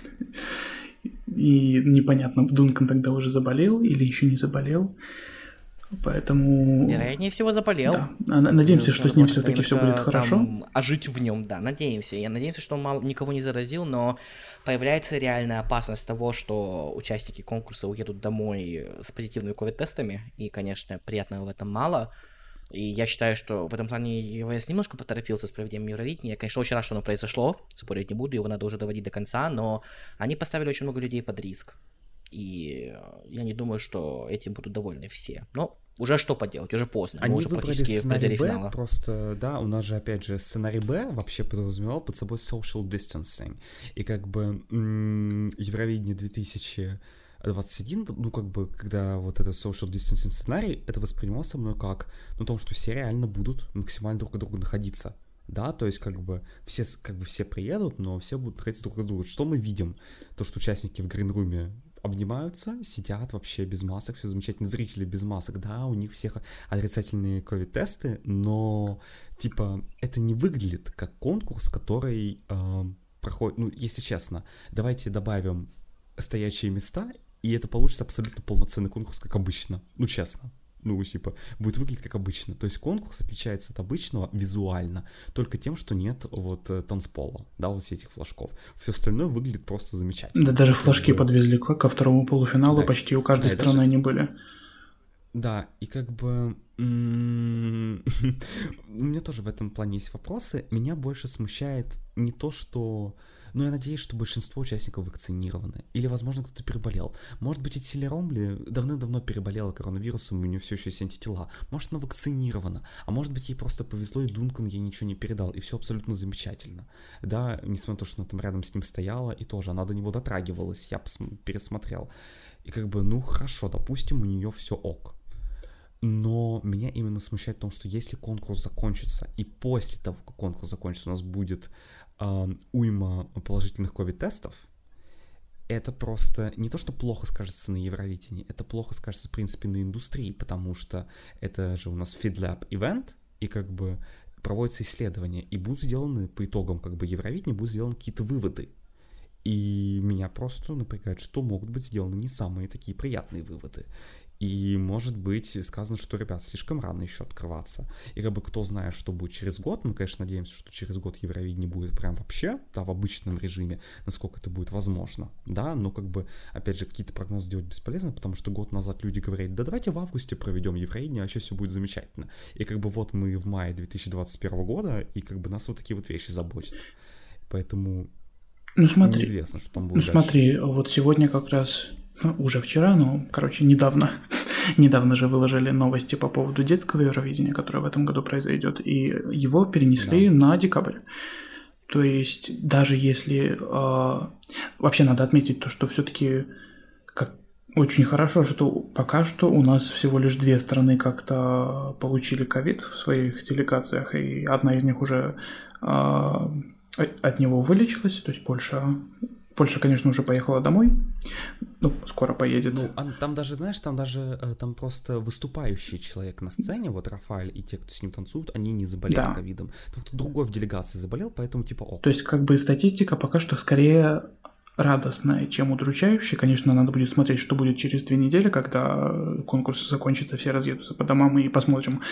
И непонятно, Дункан тогда уже заболел или еще не заболел. Поэтому... Вероятнее всего заболел. Да. Надеемся, что с ним все-таки все будет хорошо. А жить в нем, да, надеемся. Я надеюсь, что он мало, никого не заразил, но появляется реальная опасность того, что участники конкурса уедут домой с позитивными ковид-тестами. И, конечно, приятного в этом мало. И я считаю, что в этом плане ЕВС немножко поторопился с проведением Евровидения. Я, конечно, очень рад, что оно произошло, спорить не буду, его надо уже доводить до конца, но они поставили очень много людей под риск. И я не думаю, что этим будут довольны все. Но уже что поделать, уже поздно. Они Мы уже выбрали сценарий Б, просто, да, у нас же, опять же, сценарий Б вообще подразумевал под собой social distancing. И как бы м- Евровидение две тысячи двадцать один, ну, как бы, когда вот этот social distancing сценарий, это воспринимался мной как, ну, том, что все реально будут максимально друг от друга находиться, да, то есть, как бы, все, как бы, все приедут, но все будут находиться друг от друга. Что мы видим? То, что участники в гринруме обнимаются, сидят вообще без масок, все замечательно, зрители без масок, да, у них всех отрицательные ковид-тесты, но, типа, это не выглядит как конкурс, который э, проходит, ну, если честно, давайте добавим стоячие места, и это получится абсолютно полноценный конкурс, как обычно. Ну, честно. Ну, типа, будет выглядеть как обычно. То есть конкурс отличается от обычного визуально только тем, что нет вот танцпола, да, вот всех этих флажков. Все остальное выглядит просто замечательно. Да, даже флажки подвезли ко второму полуфиналу, да. Почти у каждой да, страны даже... они были. Да, и как бы м, у меня тоже в этом плане есть вопросы. Меня больше смущает не то, что... Ну, я надеюсь, что большинство участников вакцинированы. Или, возможно, кто-то переболел. Может быть, и Силли Ромли давным-давно переболела коронавирусом, и у нее все еще есть антитела. Может, она вакцинирована. А может быть, ей просто повезло, и Дункан ей ничего не передал. И все абсолютно замечательно. Да, несмотря на то, что она там рядом с ним стояла, и тоже она до него дотрагивалась, я пос- пересмотрел. И как бы, ну, хорошо, допустим, у нее все ок. Но меня именно смущает в том, что если конкурс закончится, и после того, как конкурс закончится, у нас будет э, уйма положительных ковид-тестов, это просто не то, что плохо скажется на Евровидении, это плохо скажется, в принципе, на индустрии, потому что это же у нас FeedLab ивент, и как бы проводятся исследования, и будут сделаны по итогам как бы Евровидения, будут сделаны какие-то выводы. И меня просто напрягает, что могут быть сделаны не самые такие приятные выводы. И, может быть, сказано, что, ребят, слишком рано еще открываться. И как бы кто знает, что будет через год, мы, конечно, надеемся, что через год Евровидение будет прям вообще, да, в обычном режиме, насколько это будет возможно, да, но как бы, опять же, какие-то прогнозы делать бесполезно, потому что год назад люди говорили, да давайте в августе проведем Евровидение, вообще все будет замечательно. И как бы вот мы в мае две тысячи двадцать первого года, и как бы нас вот такие вот вещи заботят. Поэтому ну, смотри, неизвестно, что там будет Ну дальше. смотри, вот сегодня как раз... Ну, уже вчера, ну, короче, недавно, недавно же выложили новости по поводу детского Евровидения, которое в этом году произойдет, и его перенесли да. на декабрь. То есть, даже если... Э, вообще надо отметить то, что все-таки как, очень хорошо, что пока что у нас всего лишь две страны как-то получили ковид в своих делегациях, и одна из них уже э, от него вылечилась, то есть Польша... Польша, конечно, уже поехала домой, ну, скоро поедет. Ну, а там даже, знаешь, там даже, там просто выступающий человек на сцене, вот Рафаэль и те, кто с ним танцуют, они не заболели да. ковидом. Там кто другой в делегации заболел, поэтому типа ок. То есть, как бы, статистика пока что скорее радостная, чем удручающая. Конечно, надо будет смотреть, что будет через две недели, когда конкурс закончится, все разъедутся по домам и посмотрим,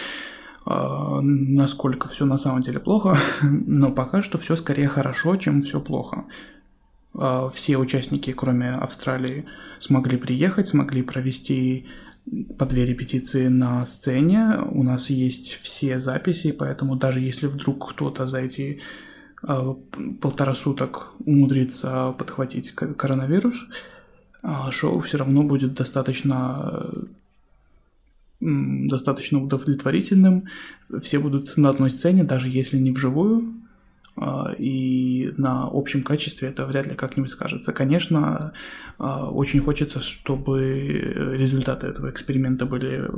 насколько все на самом деле плохо. Но пока что все скорее хорошо, чем все плохо. Все участники, кроме Австралии, смогли приехать, смогли провести по две репетиции на сцене. У нас есть все записи, поэтому даже если вдруг кто-то за эти полтора суток умудрится подхватить коронавирус, шоу все равно будет достаточно, достаточно удовлетворительным. Все будут на одной сцене, даже если не вживую. И на общем качестве это вряд ли как-нибудь скажется. Конечно, очень хочется, чтобы результаты этого эксперимента были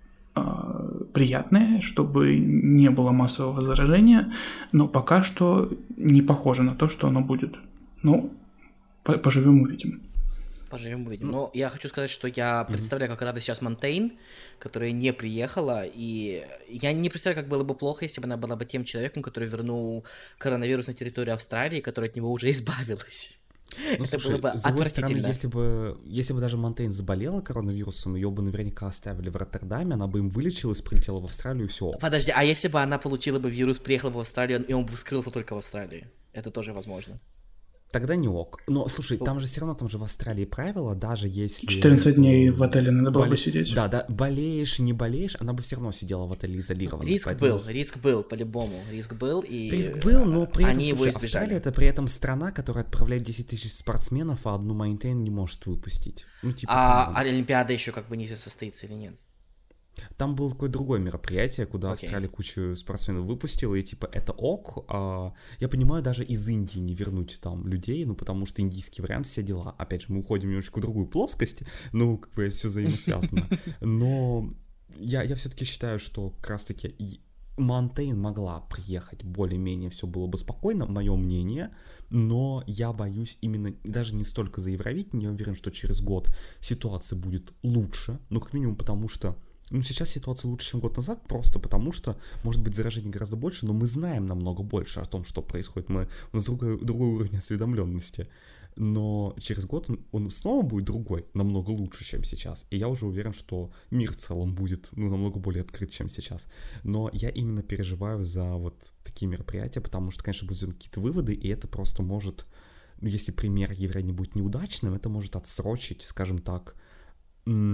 приятные, чтобы не было массового заражения, но пока что не похоже на то, что оно будет. Ну, поживем увидим. Поживем увидим. Но я хочу сказать, что я представляю, как рада сейчас Монтейн, которая не приехала, и я не представляю, как было бы плохо, если бы она была бы тем человеком, который вернул коронавирус на территорию Австралии, которая от него уже избавилась. Ну, это слушай, было бы с другой отвратительно. стороны, если бы, если бы даже Монтейн заболела коронавирусом, ее бы наверняка оставили в Роттердаме, она бы им вылечилась, прилетела в Австралию, и все. Подожди, а если бы она получила бы вирус, приехала бы в Австралию, и он бы вскрылся только в Австралии? Это тоже возможно. Тогда не ок. Но, слушай, там же все равно, там же в Австралии правила, даже если... четырнадцать дней в отеле надо было боле... бы сидеть. Да, да, болеешь, не болеешь, она бы все равно сидела в отеле изолированно. Риск поэтому... был, риск был, по-любому. Риск был, и... Риск был, но при этом, они слушай, его Австралия — это при этом страна, которая отправляет десять тысяч спортсменов, а одну Монтейн не может выпустить. Ну, типа... А, а Олимпиада еще как бы не состоится или нет? Там было какое-то другое мероприятие, куда okay. Австралия кучу спортсменов выпустила, и типа это ок. А, я понимаю, даже из Индии не вернуть там людей, ну потому что индийский вариант, все дела. Опять же, мы уходим немножечко в другую плоскость, ну как бы все взаимосвязано. Но я, я все-таки считаю, что как раз-таки Монтейн могла приехать более-менее, все было бы спокойно, мое мнение, но я боюсь именно даже не столько за Евровидение, я уверен, что через год ситуация будет лучше, ну как минимум потому что Ну, сейчас ситуация лучше, чем год назад, просто потому что, может быть, заражений гораздо больше, но мы знаем намного больше о том, что происходит. Мы, у нас другой, другой уровень осведомленности. Но через год он, он снова будет другой, намного лучше, чем сейчас. И я уже уверен, что мир в целом будет, ну, намного более открыт, чем сейчас. Но я именно переживаю за вот такие мероприятия, потому что, конечно, будут сделаны какие-то выводы, и это просто может, ну, если пример Евровидения будет неудачным, это может отсрочить, скажем так, м-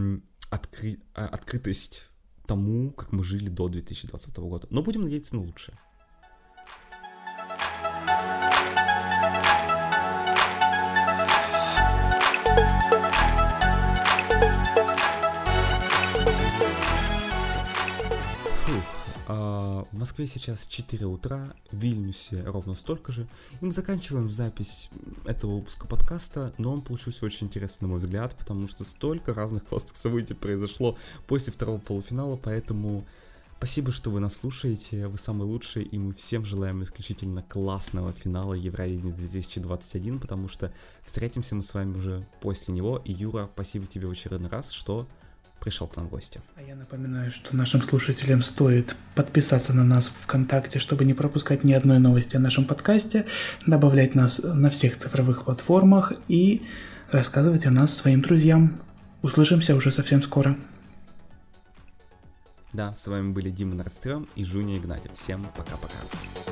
откры... открытость тому, как мы жили до две тысячи двадцатого года. Но будем надеяться на лучшее. В Москве сейчас четыре утра, в Вильнюсе ровно столько же, и мы заканчиваем запись этого выпуска подкаста, но он получился очень интересный, на мой взгляд, потому что столько разных классных событий произошло после второго полуфинала, поэтому спасибо, что вы нас слушаете, вы самые лучшие, и мы всем желаем исключительно классного финала Евровидения две тысячи двадцать один, потому что встретимся мы с вами уже после него, и, Юра, спасибо тебе в очередной раз, что пришел к нам в гости. А я напоминаю, что нашим слушателям стоит подписаться на нас в ВКонтакте, чтобы не пропускать ни одной новости о нашем подкасте, добавлять нас на всех цифровых платформах и рассказывать о нас своим друзьям. Услышимся уже совсем скоро. Да, с вами были Дима Нордстрём и Жуня Игнатьев. Всем пока-пока.